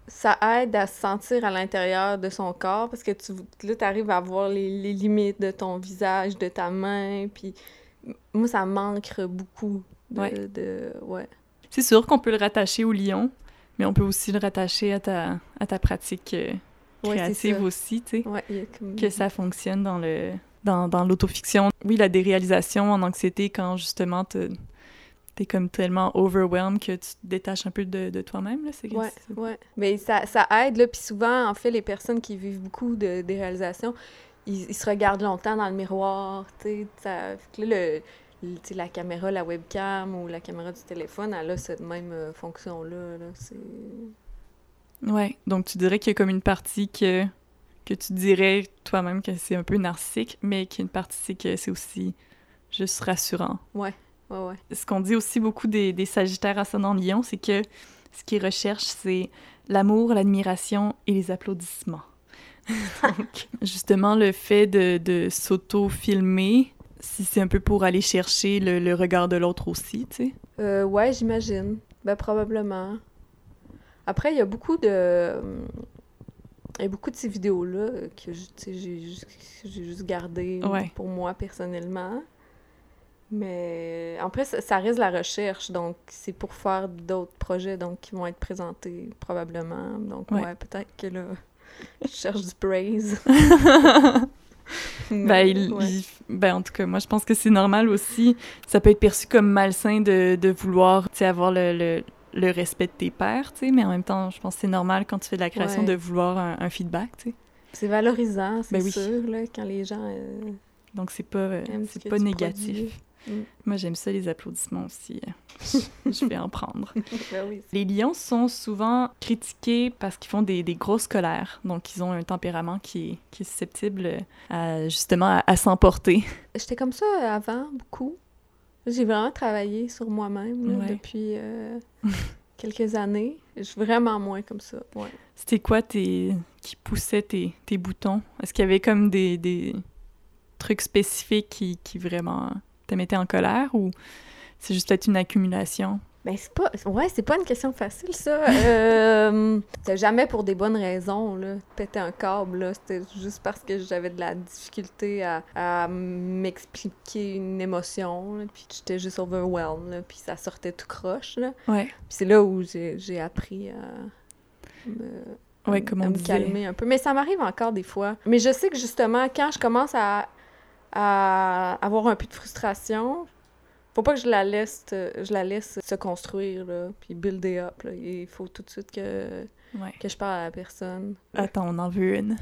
ça aide à se sentir à l'intérieur de son corps, parce que tu là, t'arrives à voir les, les limites de ton visage, de ta main, puis moi, ça manque beaucoup de... Ouais. de ouais. C'est sûr qu'on peut le rattacher au lion, mais on peut aussi le rattacher à ta, à ta pratique euh, créative ouais, aussi, tu sais, ouais, y a comme... que ça fonctionne dans le dans, dans l'autofiction. Oui, la déréalisation en anxiété, quand justement te, t'es comme tellement overwhelmed que tu te détaches un peu de, de toi-même, là, c'est Ouais, c'est... ouais. Mais ça, ça aide, là, puis souvent, en fait, les personnes qui vivent beaucoup de déréalisation, ils, ils se regardent longtemps dans le miroir, tu sais, ça... Fait que là, le... Tu sais, la caméra, la webcam ou la caméra du téléphone, elle a cette même euh, fonction-là. Là, c'est... Ouais, donc tu dirais qu'il y a comme une partie que, que tu dirais toi-même que c'est un peu narcissique, mais qu'il y a une partie c'est que c'est aussi juste rassurant. Ouais, ouais, ouais. Ce qu'on dit aussi beaucoup des, des Sagittaires ascendant Lion, c'est que ce qu'ils recherchent, c'est l'amour, l'admiration et les applaudissements. Donc, justement, le fait de, de s'auto-filmer, si c'est un peu pour aller chercher le, le regard de l'autre aussi, tu sais. Euh, ouais, j'imagine. Ben, probablement. Après, il y a beaucoup de... Il y a beaucoup de ces vidéos-là que tu sais, j'ai juste, j'ai juste gardées Ouais. pour moi, personnellement. Mais après, ça, ça reste la recherche, donc c'est pour faire d'autres projets donc, qui vont être présentés, probablement. Donc, ouais, ouais peut-être que là, je cherche du praise. Ben, il, ouais. il, ben, en tout cas, moi, je pense que c'est normal aussi. Ça peut être perçu comme malsain de, de vouloir, tu sais, avoir le, le, le respect de tes pairs, tu sais, mais en même temps, je pense que c'est normal quand tu fais de la création ouais. de vouloir un, un feedback, tu sais. C'est valorisant, c'est ben oui. sûr, là, quand les gens... Euh, Donc, c'est pas, euh, c'est pas négatif. Mm. Moi, j'aime ça, les applaudissements aussi. Je vais en prendre. Ben oui. Les lions sont souvent critiqués parce qu'ils font des, des grosses colères. Donc, ils ont un tempérament qui est, qui est susceptible à, justement à, à s'emporter. J'étais comme ça avant, beaucoup. J'ai vraiment travaillé sur moi-même là, ouais. depuis euh, quelques années. Je suis vraiment moins comme ça. Ouais. C'était quoi tes, qui poussait tes, tes boutons? Est-ce qu'il y avait comme des, des trucs spécifiques qui, qui vraiment te mettaient en colère ou c'est juste peut-être une accumulation? Ben, c'est pas... Ouais, c'est pas une question facile, ça. euh... C'était jamais pour des bonnes raisons, là. Péter un câble, là. C'était juste parce que j'avais de la difficulté à, à m'expliquer une émotion, là. Puis j'étais juste overwhelmed, là. Puis ça sortait tout croche, là. Ouais. Puis c'est là où j'ai, j'ai appris à me, ouais, comme à on me disait. calmer un peu. Mais ça m'arrive encore des fois. Mais je sais que, justement, quand je commence à, à avoir un peu de frustration... Faut pas que je la laisse, je la laisse se construire, là, puis builder up, là. Il faut tout de suite que, ouais. que je parle à la personne. Attends, on en veut une.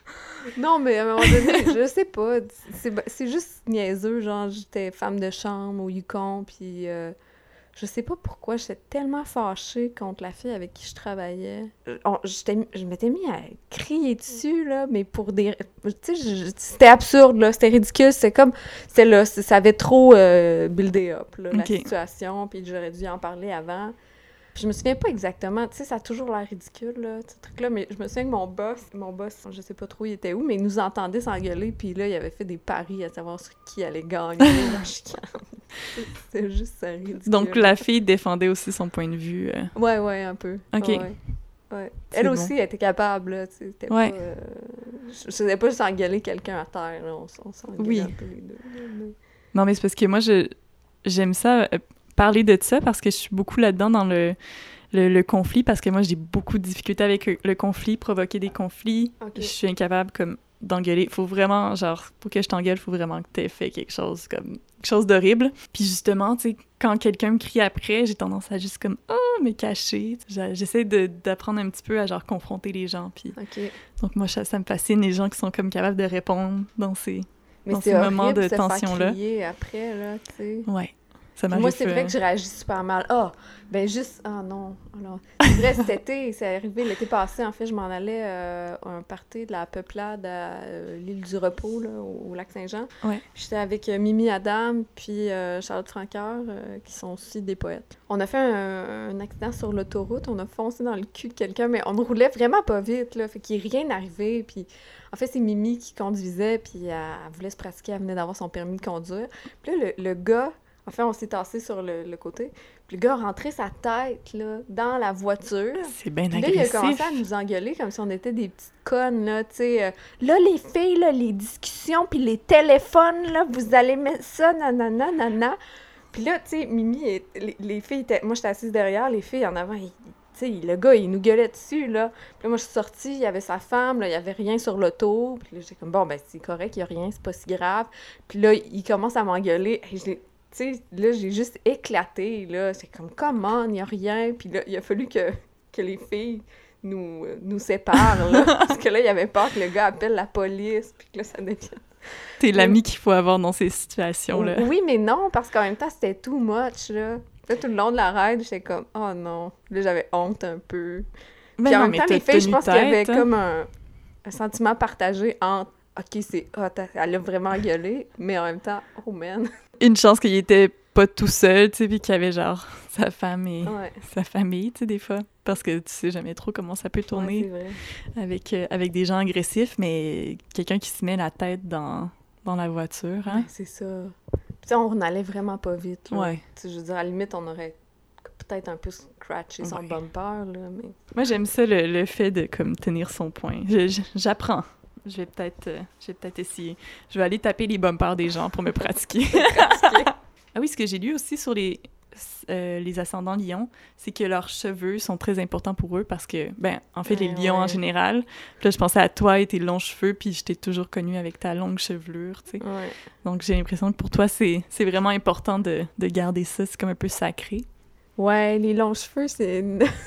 Non, mais à un moment donné, je sais pas, c'est, c'est juste niaiseux, genre, j'étais femme de chambre au Yukon, puis euh, je sais pas pourquoi, j'étais tellement fâchée contre la fille avec qui je travaillais. On, j'étais, je m'étais mis à crier dessus, là, mais pour des... Tu sais, c'était absurde, là, c'était ridicule, c'était comme... C'était là, ça avait trop euh, buildé up, là, okay. La situation, puis j'aurais dû en parler avant. Puis je me souviens pas exactement, tu sais, ça a toujours l'air ridicule, là, ce truc-là, mais je me souviens que mon boss, mon boss, je sais pas trop il était où, mais il nous entendait s'engueuler, puis là, il avait fait des paris à savoir sur qui allait gagner la chicane. C'était juste ça, ridicule. Donc, la fille défendait aussi son point de vue. Euh... Ouais, ouais, un peu. OK. Ouais, ouais. Elle bon. aussi, elle était capable, là, tu sais, c'était ouais. pas... Euh... Je faisais pas juste engueuler quelqu'un à terre, là, on, on s'engueulait oui. un peu les deux. Mais... Non, mais c'est parce que moi, je j'aime ça, euh, parler de ça, parce que je suis beaucoup là-dedans dans le... Le, le conflit, parce que moi, j'ai beaucoup de difficultés avec le conflit, provoquer des conflits. Okay. Je suis incapable, comme, d'engueuler. Faut vraiment, genre, pour que je t'engueule, faut vraiment que t'aies fait quelque chose, comme, quelque chose d'horrible. Puis justement, tu sais, quand quelqu'un me crie après, j'ai tendance à juste, comme, oh, me cacher. J'essaie de, d'apprendre un petit peu à, genre, confronter les gens. Puis... Okay. Donc, moi, ça, ça me fascine, les gens qui sont, comme, capables de répondre dans ces, Mais dans ces moments de se tension-là. Mais après, là, tu sais. Ouais. Moi, c'est vrai que je réagis super mal. Ah, oh, ben juste... Ah oh, non, oh, non. C'est vrai, cet été, c'est arrivé l'été passé, en fait, je m'en allais euh, à un party de la peuplade à euh, l'île du Repos, là, au, au lac Saint-Jean. Ouais. J'étais avec euh, Mimi Adam puis euh, Charlotte Francoeur, euh, qui sont aussi des poètes. On a fait un, un accident sur l'autoroute, on a foncé dans le cul de quelqu'un, mais on roulait vraiment pas vite, là, fait qu'il n'y est rien arrivé, puis... En fait, c'est Mimi qui conduisait, puis elle, elle voulait se pratiquer, elle venait d'avoir son permis de conduire. Puis là, le, le gars... En fait, on s'est tassé sur le, le côté. Puis le gars a rentré sa tête, là, dans la voiture. C'est bien Puis là, agressif. il a commencé à nous engueuler comme si on était des petites connes, là, tu sais. Euh, là, les filles, là, les discussions, puis les téléphones, là, vous allez mettre ça, nanana, nanana. Puis là, tu sais, Mimi, et, les, les filles étaient... Moi, j'étais assise derrière, les filles en avant, ils, tu sais, le gars, il nous gueulait dessus, là. Puis là, moi, je suis sortie, il y avait sa femme, là, il y avait rien sur l'auto. Puis là, j'étais comme, bon, ben, c'est correct, il y a rien, c'est pas si grave. Puis là, il commence à m'engueuler. Et je l'ai... Tu sais, là, j'ai juste éclaté, là. C'est comme, comment, il n'y a rien. Puis là, il a fallu que, que les filles nous, nous séparent, là. Parce que là, il y avait peur que le gars appelle la police, puis que là, ça devienne... T'es l'ami qu'il faut avoir dans ces situations-là. Oui, mais non, parce qu'en même temps, c'était too much, là. Là, tout le long de la ride, j'étais comme, oh non. Là, j'avais honte un peu. Mais puis en non, même mais temps, t'as les filles, je tenu pense qu'il y avait tête, hein. comme un, un sentiment partagé entre, OK, c'est hot, elle a vraiment gueulé, mais en même temps, oh man. Une chance qu'il était pas tout seul, tu sais, puis qu'il y avait genre sa femme et Ouais. sa famille, tu sais, des fois. Parce que tu sais jamais trop comment ça peut Ouais, tourner c'est vrai. avec, euh, avec des gens agressifs, mais quelqu'un qui se met la tête dans, dans la voiture, hein? Ouais, c'est ça. Puis ça, on allait vraiment pas vite, là. Ouais. Tu sais, je veux dire, à la limite, on aurait peut-être un peu scratché son Ouais. bumper, là, mais... Moi, j'aime ça, le, le fait de comme tenir son point. Je- je- J'apprends. Je vais peut-être euh, je vais peut-être essayer. Je vais aller taper les bumpers des gens pour me pratiquer. Ah oui, ce que j'ai lu aussi sur les, euh, les ascendants lions, c'est que leurs cheveux sont très importants pour eux parce que, ben, en fait, les Ouais, lions en ouais. général, puis là, je pensais à toi et tes longs cheveux, puis je t'ai toujours connue avec ta longue chevelure, tu sais. Ouais. Donc, j'ai l'impression que pour toi, c'est c'est vraiment important de, de garder ça. C'est comme un peu sacré. Ouais, les longs cheveux, c'est...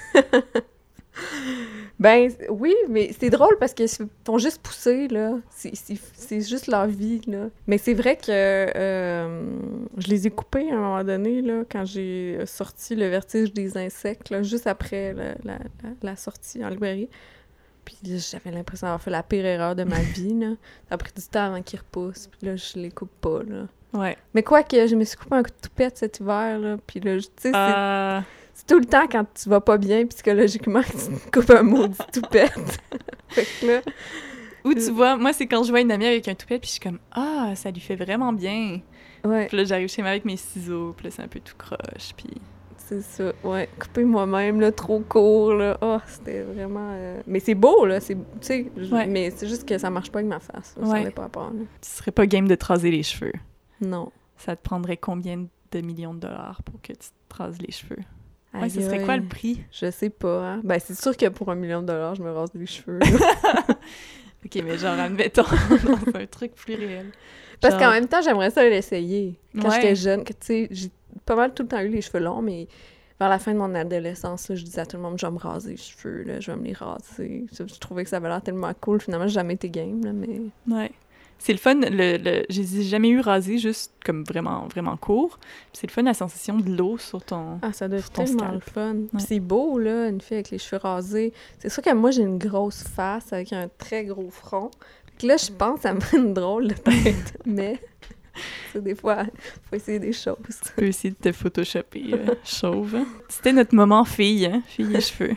ben, oui, mais c'est drôle parce qu'ils se font juste pousser, là. C'est- C'est c'est juste leur vie, là. Mais c'est vrai que euh, je les ai coupés à un moment donné, là, quand j'ai sorti Le Vertige des insectes, là, juste après la, la, la, la sortie en librairie. Puis là, j'avais l'impression d'avoir fait la pire erreur de ma vie, là. Ça a pris du temps avant qu'ils repoussent, puis là, je les coupe pas, là. Ouais. Mais quoi que je me suis coupé un coup de toupette cet hiver, là, puis là, tu sais, c'est... Euh, C'est tout le temps quand tu vas pas bien psychologiquement que tu te coupes un maudit toupette. Fait que là... Ou tu vois, moi, c'est quand je vois une amie avec un toupette, puis je suis comme « Ah, ça lui fait vraiment bien! » Ouais, Puis là, j'arrive chez moi avec mes ciseaux, puis là, c'est un peu tout croche, puis... c'est ça. Ouais, couper moi-même, là, trop court, là. Oh, c'était vraiment... euh, Mais c'est beau, là. C'est... Tu sais, je- Ouais. mais c'est juste que ça marche pas avec ma face. Là. Ça Ouais. n'avait pas rapport, là. Tu serais pas game de te raser les cheveux. Non. Ça te prendrait combien de millions de dollars pour que tu te rases les cheveux? Ouais, ce Aïe, serait aïe. quoi le prix? Je sais pas, hein. Ben, c'est sûr que pour un million de dollars, je me rase les cheveux. là. OK, mais genre, admettons, dans un truc plus réel. Parce Genre- qu'en même temps, j'aimerais ça l'essayer. Quand Ouais. j'étais jeune, que tu sais, j'ai pas mal tout le temps eu les cheveux longs, mais vers la fin de mon adolescence, là, je disais à tout le monde, je vais me raser les cheveux, là, je vais me les raser. Ça, je trouvais que ça avait l'air tellement cool. Finalement, j'ai jamais été game, là, mais... Ouais. C'est le fun, le, le, je les ai jamais eu rasés, juste comme vraiment, vraiment court. Puis c'est le fun, la sensation de l'eau sur ton... Ah, ça doit être Sur ton tellement scalp. le fun. Puis Ouais. c'est beau, là, une fille avec les cheveux rasés. C'est sûr que moi, j'ai une grosse face avec un très gros front. Puis là, je pense que ça me fait une drôle de tête, mais... c'est des fois, faut essayer des choses. Tu peux essayer de te photoshopper euh, chauve. C'était notre moment fille, hein? Fille et cheveux.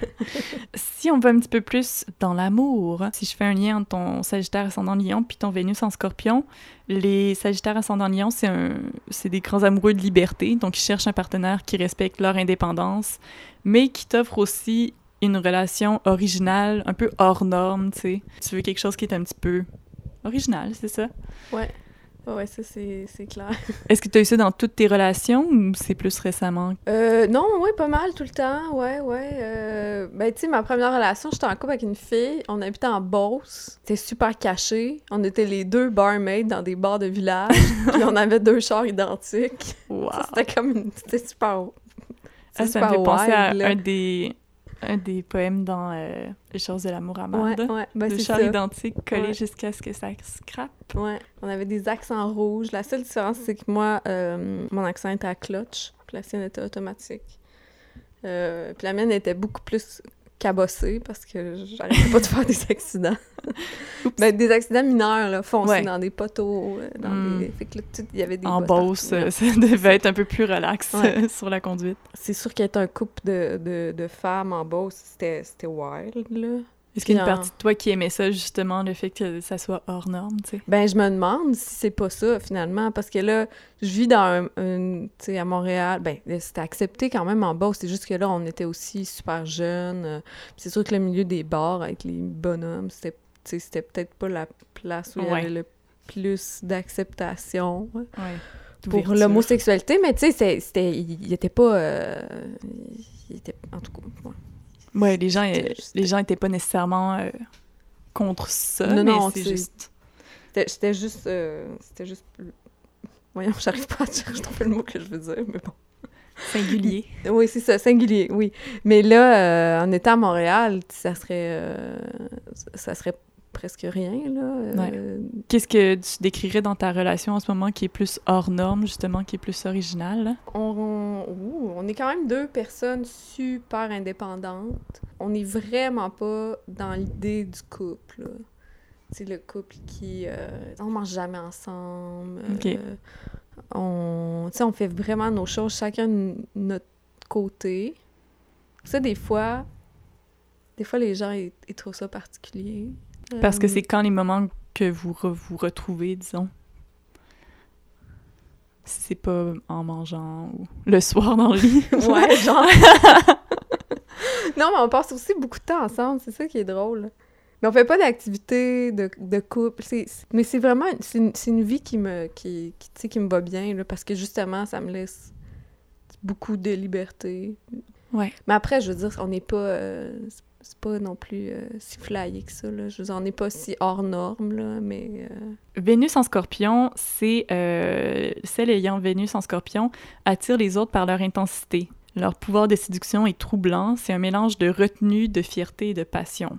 Si on va un petit peu plus dans l'amour, si je fais un lien entre ton Sagittaire ascendant Lion puis ton Vénus en Scorpion, les Sagittaires ascendant Lion, c'est un, c'est des grands amoureux de liberté, donc ils cherchent un partenaire qui respecte leur indépendance, mais qui t'offre aussi une relation originale, un peu hors norme, tu sais. Tu veux quelque chose qui est un petit peu original, c'est ça? Ouais. Ouais, ça, c'est c'est clair. Est-ce que tu as eu ça dans toutes tes relations ou c'est plus récemment? Euh, non, ouais, pas mal tout le temps, ouais, ouais. Euh, ben, tu sais, ma première relation, j'étais en couple avec une fille, on habitait en Beauce, c'était super caché, on était les deux barmaids dans des bars de village, puis on avait deux chars identiques. Wow! Ça, c'était comme une... C'était super... Ah, c'était ça me fait super penser à wild, là. un des, un des poèmes dans euh, Les choses de l'amour à Ouais, Marde. ouais, ben Deux c'est chars ça. identiques collés Ouais. jusqu'à ce que ça scrape. Ouais, on avait des accents rouges. La seule différence, c'est que moi, euh, mon accent était à clutch, puis la sienne était automatique. Euh, puis la mienne était beaucoup plus cabossée parce que j'arrêtais pas de faire des accidents. Ben, des accidents mineurs, là, foncés Ouais. dans des poteaux, euh, dans Mm. des... Fait que là, tout- il y avait des En bosses Beauce, partout, là. euh, ça devait être un peu plus relax Ouais. euh, sur la conduite. C'est sûr qu'être un couple de, de, de femmes en Beauce, c'était c'était wild, là. Est-ce qu'il y a une Puis en- partie de toi qui aimait ça, justement, le fait que ça soit hors norme, tu sais? Ben, je me demande si c'est pas ça, finalement, parce que là, je vis dans un, un- tu sais, à Montréal, ben, c'était accepté quand même en Beauce, c'est juste que là, on était aussi super jeunes, euh, puis c'est sûr que le milieu des bars avec les bonhommes, c'était, tu sais, c'était peut-être pas la place où il y Ouais. avait le plus d'acceptation hein, Ouais. pour D'ouverture. l'homosexualité, mais tu sais, c'est- c'était, il il était pas, euh, il était, en tout cas, ouais. Ouais, les gens, C'était euh, juste- les gens étaient pas nécessairement euh, contre ça, Non, mais non, c'est c'est- juste... C'était, c'était juste, euh, c'était juste, voyons, j'arrive pas à dire, je trouve le mot que je veux dire, mais bon. singulier. Oui, c'est ça, singulier, oui. Mais là, euh, en étant à Montréal, ça serait, euh, ça serait presque rien, là. euh, Qu'est-ce que tu décrirais dans ta relation en ce moment qui est plus hors norme, justement, qui est plus original, là? on, on, ouh, on est quand même deux personnes super indépendantes. On n'est vraiment pas dans l'idée du couple, là. C'est le couple qui... euh, on mange jamais ensemble. Ok. euh, on, tu sais, on fait vraiment nos choses chacun de notre côté. Ça, des fois... Des fois, les gens, ils, ils trouvent ça particulier. Parce que Euh, c'est quand les moments que vous re- vous retrouvez, disons? Si c'est pas en mangeant ou le soir dans le lit. Ouais, genre... Non, mais on passe aussi beaucoup de temps ensemble, c'est ça qui est drôle. Mais on fait pas d'activité de, de couple, c'est, c'est- mais c'est vraiment... C'est une, c'est une vie qui me, qui, qui, tu sais, qui me va bien, là, parce que justement, ça me laisse beaucoup de liberté. Ouais. Mais après, je veux dire, on n'est pas... euh, c'est- c'est pas non plus euh, si flyé que ça, là. Je veux dire, on n'est pas si hors norme, là, mais... euh, Vénus en scorpion, c'est... Euh, celles ayant Vénus en scorpion attirent les autres par leur intensité. Leur pouvoir de séduction est troublant. C'est un mélange de retenue, de fierté et de passion.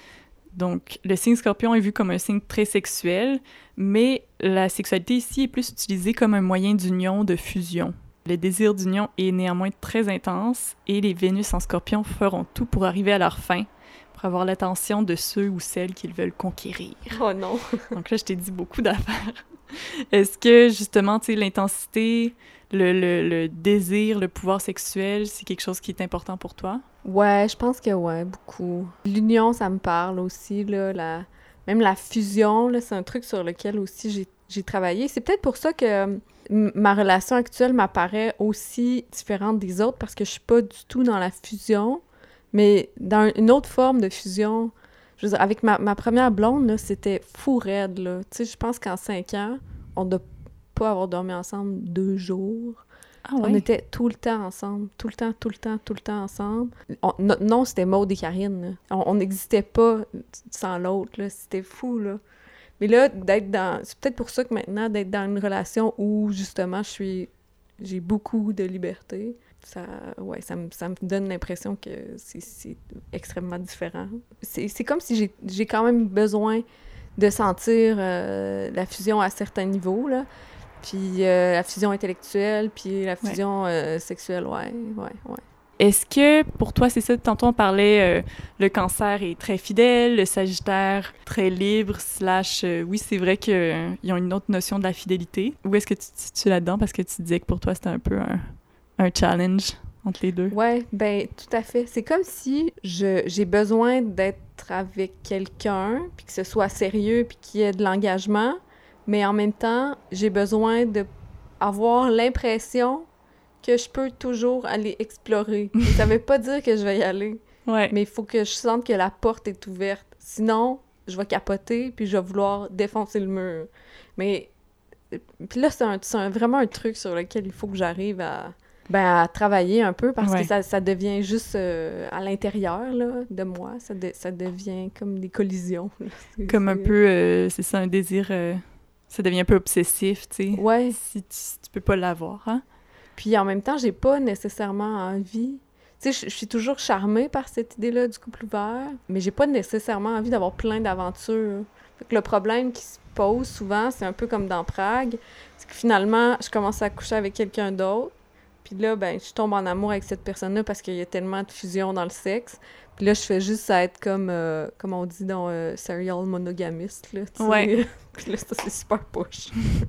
Donc, le signe scorpion est vu comme un signe très sexuel, mais la sexualité ici est plus utilisée comme un moyen d'union, de fusion. Le désir d'union est néanmoins très intense et les Vénus en scorpion feront tout pour arriver à leur fin, pour avoir l'attention de ceux ou celles qu'ils veulent conquérir. Oh non! Donc là, je t'ai dit beaucoup d'affaires. Est-ce que, justement, tu sais, l'intensité, le, le, le désir, le pouvoir sexuel, c'est quelque chose qui est important pour toi? Ouais, je pense que ouais, beaucoup. L'union, ça me parle aussi, là, la... même la fusion, là, c'est un truc sur lequel aussi j'ai, j'ai travaillé. C'est peut-être pour ça que euh, m- ma relation actuelle m'apparaît aussi différente des autres, parce que je suis pas du tout dans la fusion, mais dans une autre forme de fusion. Je veux dire, avec ma, ma première blonde, là, c'était fou raide, là. Tu sais, je pense qu'en cinq ans, on doit pas avoir dormi ensemble deux jours. Ah On était tout le temps ensemble, tout le temps, tout le temps, tout le temps ensemble. On- notre nom, c'était Maud et Karine. Là. On on n'existait pas sans l'autre, là. C'était fou, là. Mais là, d'être dans... C'est peut-être pour ça que maintenant, d'être dans une relation où, justement, je suis... J'ai beaucoup de liberté, ça... Ouais, ça me, ça me donne l'impression que c'est, c'est extrêmement différent. C'est, c'est comme si j'ai, j'ai quand même besoin de sentir euh, la fusion à certains niveaux, là. Puis euh, la fusion intellectuelle, puis la fusion euh, sexuelle, ouais, ouais, ouais. Est-ce que, pour toi, c'est ça, tantôt on parlait, euh, le cancer est très fidèle, le sagittaire très libre, slash, euh, oui, c'est vrai qu'ils euh, ont une autre notion de la fidélité. Où est-ce que tu te situes là-dedans? Parce que tu disais que pour toi, c'était un peu un, un challenge entre les deux. Ouais, ben tout à fait. C'est comme si je, j'ai besoin d'être avec quelqu'un, puis que ce soit sérieux, puis qu'il y ait de l'engagement, mais en même temps, j'ai besoin de avoir l'impression que je peux toujours aller explorer. Et ça veut pas dire que je vais y aller, Ouais. mais il faut que je sente que la porte est ouverte. Sinon, je vais capoter, puis je vais vouloir défoncer le mur. Mais puis là, c'est, un, c'est un- vraiment un truc sur lequel il faut que j'arrive à, ben, à travailler un peu, parce Ouais. que ça, ça devient juste euh, à l'intérieur là, de moi. Ça, de- ça devient comme des collisions. là. C'est- Comme un c'est- peu, euh, c'est ça, un désir, euh, ça devient un peu obsessif, tu sais. Ouais. Si tu, si tu peux pas l'avoir, hein? Puis en même temps, j'ai pas nécessairement envie. Tu sais, je je suis toujours charmée par cette idée-là du couple ouvert, mais j'ai pas nécessairement envie d'avoir plein d'aventures. Fait que le problème qui se pose souvent, c'est un peu comme dans Prague, c'est que finalement, je commence à coucher avec quelqu'un d'autre, puis là, ben, je tombe en amour avec cette personne-là parce qu'il y a tellement de fusion dans le sexe. Puis là, je fais juste à être comme, euh, comme on dit dans euh, Serial monogamiste, là, tu sais. Ouais. Puis là, ça, c'est super push.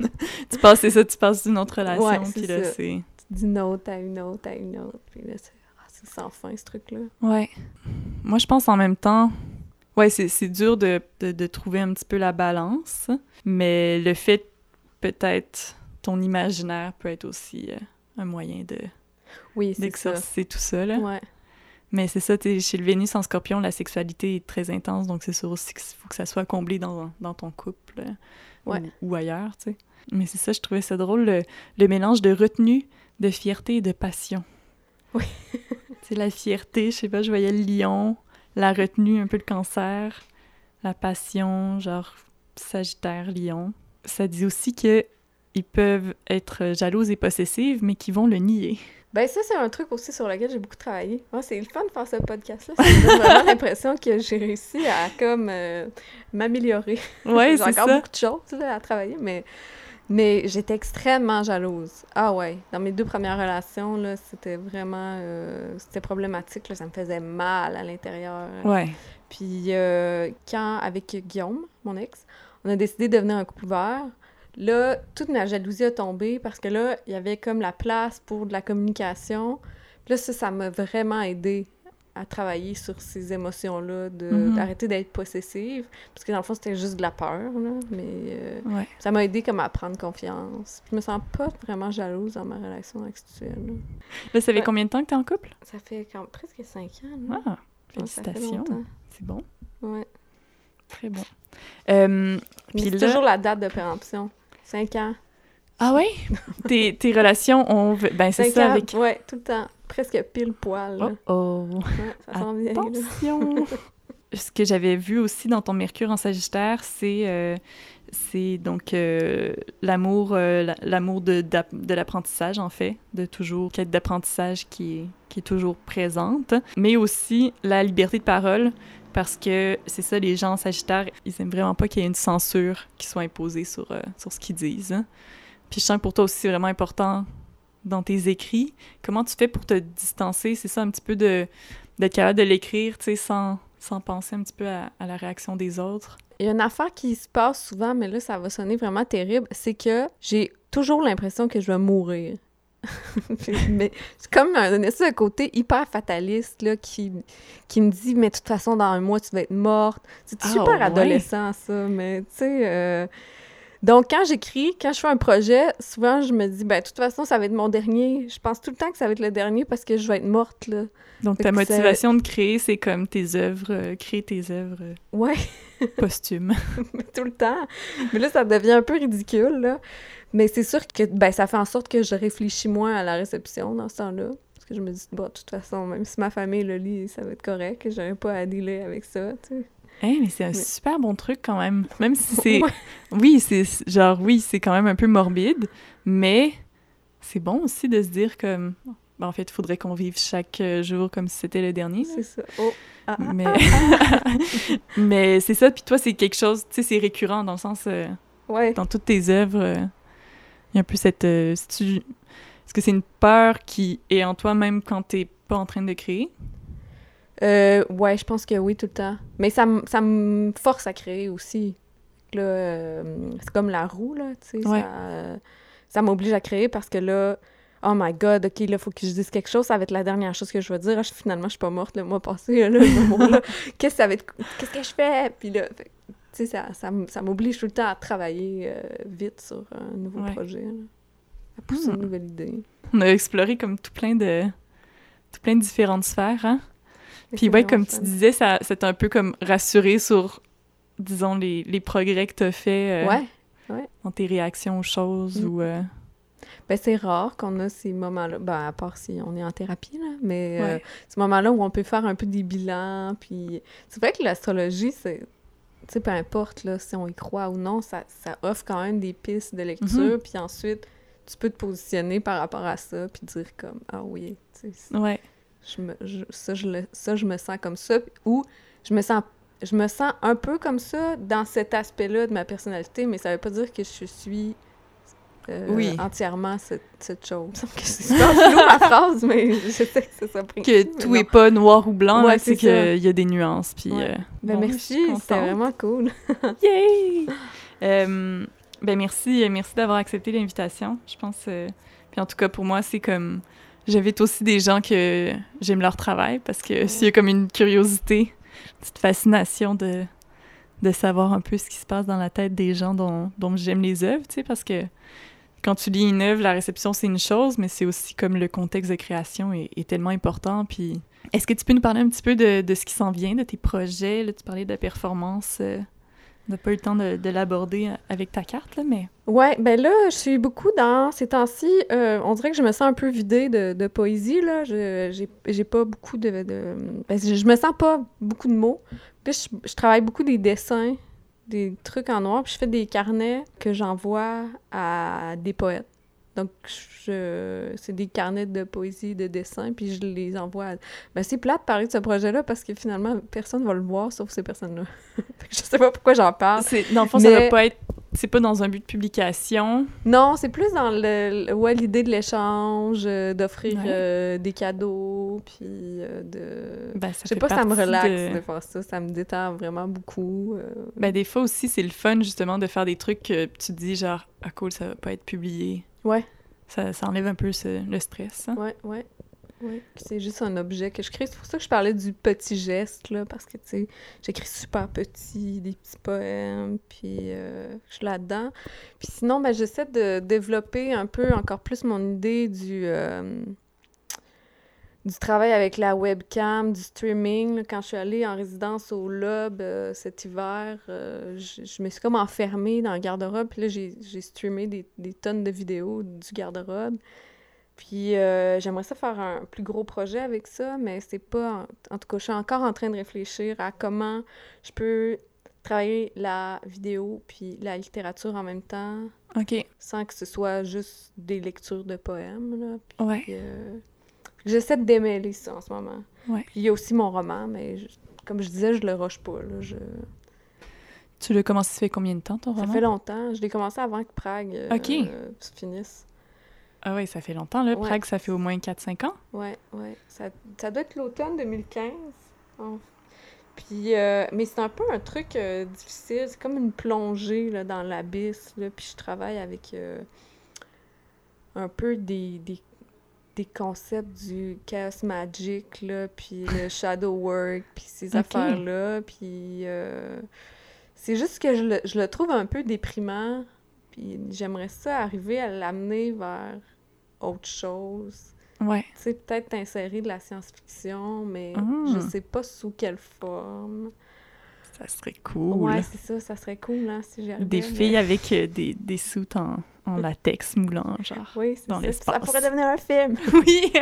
Tu passes, c'est ça, tu passes d'une autre relation, Ouais, c'est puis là, ça. c'est... D'une autre à une autre à une autre, puis là, c'est, ah, c'est sans fin, ce truc-là. Ouais. Moi, je pense en même temps, Ouais, c'est, c'est dur de, de, de trouver un petit peu la balance, mais le fait, peut-être, ton imaginaire peut être aussi euh, un moyen de oui, c'est d'exorciser ça. Tout ça, là. Ouais. Mais c'est ça, t'sais, chez le Vénus en Scorpion, la sexualité est très intense, donc c'est sûr aussi qu'il faut que ça soit comblé dans, dans ton couple euh, ouais. ou, ou ailleurs, tu sais. Mais c'est ça, je trouvais ça drôle, le, le mélange de retenue, de fierté et de passion. Oui. Tu sais, la fierté, je sais pas, je voyais le lion, la retenue, un peu le cancer, la passion, genre Sagittaire, lion. Ça dit aussi que ils peuvent être jalouses et possessives, mais qu'ils vont le nier. Ben ça, c'est un truc aussi sur lequel j'ai beaucoup travaillé. Moi, c'est le fun de faire ce podcast-là. Ça me donne vraiment l'impression que j'ai réussi à, comme, euh, m'améliorer. Ouais, j'ai c'est encore ça. beaucoup de choses là, à travailler, mais... Mais j'étais extrêmement jalouse. Ah ouais, dans mes deux premières relations, là, c'était vraiment... Euh, c'était problématique, là, ça me faisait mal à l'intérieur. Ouais. Puis euh, quand, avec Guillaume, mon ex, on a décidé de devenir un couple ouvert, là, toute ma jalousie a tombé parce que là, il y avait comme la place pour de la communication. Puis là, ça, ça m'a vraiment aidée à travailler sur ces émotions-là, de, mm-hmm. d'arrêter d'être possessive, parce que dans le fond, c'était juste de la peur, là, mais euh, ouais. ça m'a aidé comme à prendre confiance. Puis je me sens pas vraiment jalouse dans ma relation actuelle. Là, là ça fait ouais. combien de temps que t'es en couple? Ça fait quand, presque cinq ans. Là. Ah, félicitations. C'est bon. Ouais. Très bon. Euh, puis c'est là... toujours la date de péremption. Cinq ans. Ah oui? tes, tes relations ont... Ben, c'est cinq ça ans, avec... Ouais, tout le temps. Presque pile poil. Là. Oh, oh! Ouais, ça sent bien. Attention! Ce que j'avais vu aussi dans ton Mercure en Sagittaire, c'est, euh, c'est donc euh, l'amour, euh, l'amour de, de l'apprentissage, en fait, de toujours, quête d'apprentissage qui est, qui est toujours présente, mais aussi la liberté de parole, parce que c'est ça, les gens en Sagittaire, ils aiment vraiment pas qu'il y ait une censure qui soit imposée sur, euh, sur ce qu'ils disent. Hein. Puis je sens que pour toi aussi, c'est vraiment important dans tes écrits. Comment tu fais pour te distancer? C'est ça, un petit peu de, d'être capable de l'écrire, tu sais, sans... sans penser un petit peu à, à la réaction des autres. Il y a une affaire qui se passe souvent, mais là, ça va sonner vraiment terrible, c'est que j'ai toujours l'impression que je vais mourir. Mais c'est comme un, un espèce de côté hyper fataliste, là, qui, qui me dit « Mais de toute façon, dans un mois, tu vas être morte. » C'est ah, super ouais. adolescent, ça, mais tu sais... Euh... Donc, quand j'écris, quand je fais un projet, souvent, je me dis, ben, de toute façon, ça va être mon dernier. Je pense tout le temps que ça va être le dernier parce que je vais être morte, là. Donc, fait ta motivation c'est... de créer, c'est comme tes œuvres, euh, créer tes œuvres euh, ouais. posthumes. Tout le temps. Mais là, ça devient un peu ridicule, là. Mais c'est sûr que, ben, ça fait en sorte que je réfléchis moins à la réception dans ce temps-là. Parce que je me dis, bon, de toute façon, même si ma famille le lit, ça va être correct. J'aurais pas à dealer avec ça, tu sais. Hey, mais c'est un oui. super bon truc quand même. Même si c'est... Ouais. Oui, c'est genre, oui, c'est quand même un peu morbide, mais c'est bon aussi de se dire comme... Ben, en fait, il faudrait qu'on vive chaque jour comme si c'était le dernier. C'est ça. Oh. Ah, mais ah, mais c'est ça, puis toi, c'est quelque chose... Tu sais, c'est récurrent dans le sens... Euh, ouais. Dans toutes tes œuvres, il euh, y a un peu cette... Euh, si tu... Est-ce que c'est une peur qui est en toi même quand t'es pas en train de créer? Euh, ouais, je pense que oui, tout le temps. Mais ça me ça me force à créer aussi. Là, euh, c'est comme la roue, là, tu sais. Ouais. Ça, euh, ça m'oblige à créer parce que là, oh my God, OK, là, faut que je dise quelque chose. Ça va être la dernière chose que je vais dire. Ah, je, finalement, je suis pas morte le mois passé, là, ce moment-là. Qu'est-ce que ça va être... Qu'est-ce que je fais? Puis là, tu sais, ça, ça, ça m'oblige tout le temps à travailler euh, vite sur un nouveau ouais. projet, là. À pousser hmm. une nouvelle idée. On a exploré comme tout plein de... tout plein de différentes sphères, hein? Puis ouais, comme fun. Tu disais, ça, ça t'a un peu comme rassuré sur, disons, les, les progrès que t'as fait euh, ouais, ouais. dans tes réactions aux choses mm. ou... Euh... Ben, c'est rare qu'on a ces moments-là, ben, à part si on est en thérapie, là, mais ouais. euh, ces moments-là où on peut faire un peu des bilans, puis... C'est vrai que l'astrologie, c'est... Tu sais, peu importe, là, si on y croit ou non, ça, ça offre quand même des pistes de lecture, mm-hmm. puis ensuite, tu peux te positionner par rapport à ça, puis dire comme, ah oui, tu sais... Ouais. Je me, je, ça, je le, ça, je me sens comme ça, ou je me sens, je me sens un peu comme ça dans cet aspect-là de ma personnalité, mais ça veut pas dire que je suis euh, oui. entièrement cette, cette chose. C'est super flou ma phrase, mais je sais que c'est ça. Précis, que tout est pas noir ou blanc, ouais, là, c'est qu'il y a des nuances. Puis, ouais. euh, ben bon, merci, c'était vraiment cool. Yay! euh, ben merci, merci d'avoir accepté l'invitation. Je pense, euh, puis en tout cas, pour moi, c'est comme... J'invite aussi des gens que j'aime leur travail parce que ouais. s'il y a comme une curiosité petite fascination de, de savoir un peu ce qui se passe dans la tête des gens dont, dont j'aime les œuvres, tu sais, parce que quand tu lis une œuvre, la réception, c'est une chose, mais c'est aussi comme le contexte de création est, est tellement important. Puis, est-ce que tu peux nous parler un petit peu de, de ce qui s'en vient, de tes projets? Là, tu parlais de performance. Euh, on n'a pas eu le temps de, de l'aborder avec ta carte, là, mais... Ouais, ben là, je suis beaucoup dans... Ces temps-ci, euh, on dirait que je me sens un peu vidée de, de poésie, là. Je, j'ai, j'ai pas beaucoup de... de ben, je, je me sens pas beaucoup de mots. Puis je, je travaille beaucoup des dessins, des trucs en noir, puis je fais des carnets que j'envoie à des poètes. Donc, je, c'est des carnets de poésie, de dessin, puis je les envoie à... Ben, c'est plate de parler de ce projet-là, parce que finalement, personne va le voir, sauf ces personnes-là. Je sais pas pourquoi j'en parle. C'est, dans le fond, mais... ça va pas être... C'est pas dans un but de publication? Non, c'est plus dans le, le ouais, l'idée de l'échange, euh, d'offrir ouais. euh, des cadeaux, puis euh, de... Ben, ça je sais fait pas, ça me relaxe de... de faire ça, ça me détend vraiment beaucoup. Euh... Ben, des fois aussi, c'est le fun, justement, de faire des trucs que tu te dis, genre, ah cool, ça va pas être publié. Ouais. Ça, ça enlève un peu ce, le stress. Hein? Ouais, ouais. Oui, c'est juste un objet que je crée. C'est pour ça que je parlais du petit geste, là, parce que, tu sais, j'écris super petit, des petits poèmes, puis euh, je suis là-dedans. Puis sinon, ben, j'essaie de développer un peu encore plus mon idée du, euh, du travail avec la webcam, du streaming. Là. Quand je suis allée en résidence au Lob euh, cet hiver, euh, je, je me suis comme enfermée dans le garde-robe, puis là, j'ai, j'ai streamé des, des tonnes de vidéos du garde-robe. Puis euh, j'aimerais ça faire un plus gros projet avec ça, mais c'est pas... En, en tout cas, je suis encore en train de réfléchir à comment je peux travailler la vidéo puis la littérature en même temps. OK. Sans que ce soit juste des lectures de poèmes, là. Puis, ouais. Euh, j'essaie de démêler ça en ce moment. Ouais. Puis il y a aussi mon roman, mais je, comme je disais, je le rush pas, là. Je... Tu l'as commencé, ça fait combien de temps, ton roman? Ça fait longtemps. Je l'ai commencé avant que Prague euh, okay. euh, se finisse. Ah oui, ça fait longtemps, là. Ouais. Prague, ça fait au moins quatre cinq ans? Oui, oui. Ça, ça doit être l'automne deux mille quinze. Oh. Puis, euh, mais c'est un peu un truc euh, difficile. C'est comme une plongée là, dans l'abysse. Là. Puis je travaille avec euh, un peu des, des, des concepts du chaos magic, là, puis le shadow work, puis ces okay. affaires-là. Puis euh, c'est juste que je le, je le trouve un peu déprimant. Puis j'aimerais ça arriver à l'amener vers autre chose. Ouais. Tu sais, peut-être t'insérer de la science-fiction, mais mmh. je sais pas sous quelle forme. Ça serait cool. Ouais, c'est ça, ça serait cool, hein, si j'y arrivais. Des mais... filles avec euh, des, des soutes en, en latex moulant, genre, oui, c'est dans ça. l'espace. Ça pourrait devenir un film! Oui!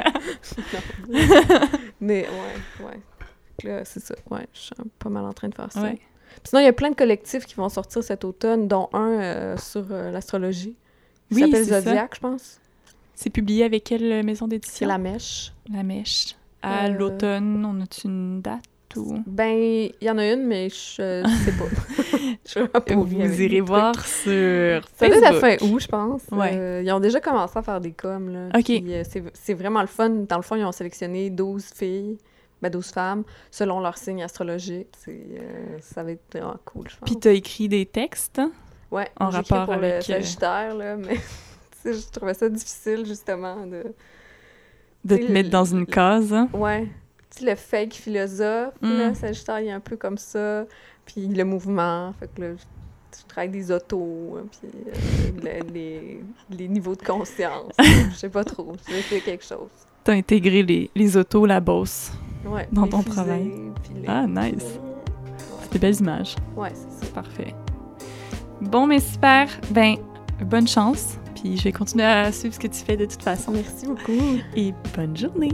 Mais ouais, ouais. Là, c'est ça, ouais, je suis pas mal en train de faire ça. Ouais. Sinon, il y a plein de collectifs qui vont sortir cet automne, dont un euh, sur euh, l'astrologie. Il oui, s'appelle c'est Zodiac, ça. Je pense. C'est publié avec quelle maison d'édition? C'est La Mèche. La Mèche. À euh... l'automne, on a-tu une date ou... Ben, il y en a une, mais je euh, sais pas. je pas Vous irez voir trucs. Sur Ça Facebook. doit être la fin août, je pense. Ouais. Euh, ils ont déjà commencé à faire des coms, là. OK. Puis, euh, c'est, c'est vraiment le fun. Dans le fond, ils ont sélectionné douze filles, ben douze femmes, selon leur signe astrologique. C'est, euh, ça va être vraiment cool, je pense. Puis t'as écrit des textes? Ouais, en j'ai rapport écrit pour avec... le Sagittaire, là, mais je trouvais ça difficile, justement, de... De te mettre le... dans une case. Hein? Ouais. Tu sais, le fake philosophe, mm. là, Sagittaire, il est un peu comme ça. Puis le mouvement, fait que là, je travaille des autos, hein, puis euh, le, les, les niveaux de conscience. Je sais pas trop, je vais essayer quelque chose. T'as intégré les, les autos, la bosse ouais, dans ton fusées, travail. Les... Ah, nice. Ouais. C'est des belles images. Ouais, c'est ça. Parfait. Bon, mais super. Ben, bonne chance. Puis je vais continuer à suivre ce que tu fais de toute façon. Merci beaucoup. Et bonne journée.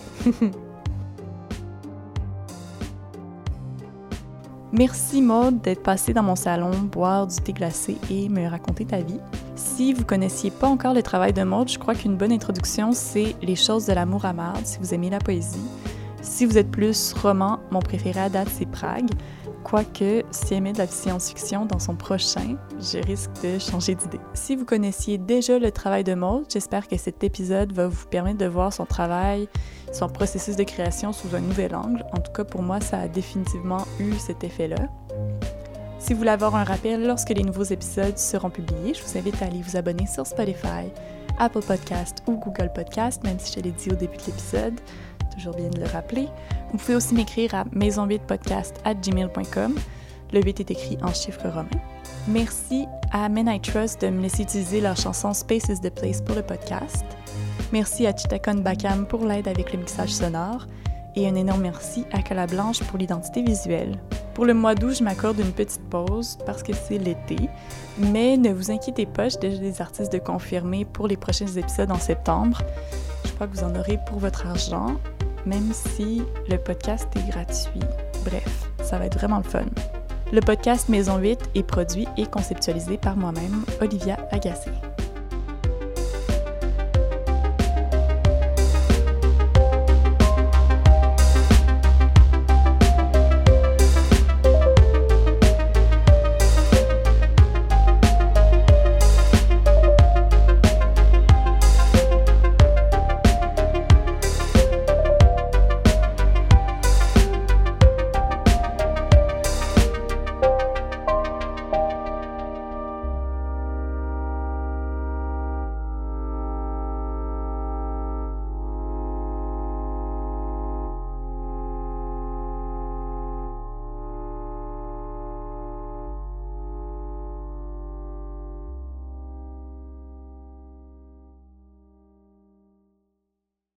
Merci Maude d'être passée dans mon salon, boire du thé glacé et me raconter ta vie. Si vous connaissiez pas encore le travail de Maude, je crois qu'une bonne introduction, c'est Les choses de l'amour à marde, si vous aimez la poésie. Si vous êtes plus roman, mon préféré à date, c'est Prague. Quoique, si elle met de la science-fiction dans son prochain, je risque de changer d'idée. Si vous connaissiez déjà le travail de Maude, j'espère que cet épisode va vous permettre de voir son travail, son processus de création sous un nouvel angle. En tout cas, pour moi, ça a définitivement eu cet effet-là. Si vous voulez avoir un rappel lorsque les nouveaux épisodes seront publiés, je vous invite à aller vous abonner sur Spotify, Apple Podcast ou Google Podcast, même si je te l'ai dit au début de l'épisode. toujours bien de le rappeler. Vous pouvez aussi m'écrire à maison huit podcast arobase gmail point com. Le huit est écrit en chiffres romains. Merci à Men I Trust de me laisser utiliser leur chanson Space is the Place pour le podcast. Merci à Chitakon Bakam pour l'aide avec le mixage sonore. Et un énorme merci à Cala Blanche pour l'identité visuelle. Pour le mois d'août, je m'accorde une petite pause parce que c'est l'été. Mais ne vous inquiétez pas, j'ai déjà des artistes de confirmer pour les prochains épisodes en septembre. Je crois que vous en aurez pour votre argent, même si le podcast est gratuit. Bref, ça va être vraiment le fun. Le podcast Maison huit est produit et conceptualisé par moi-même, Olivia Agacé.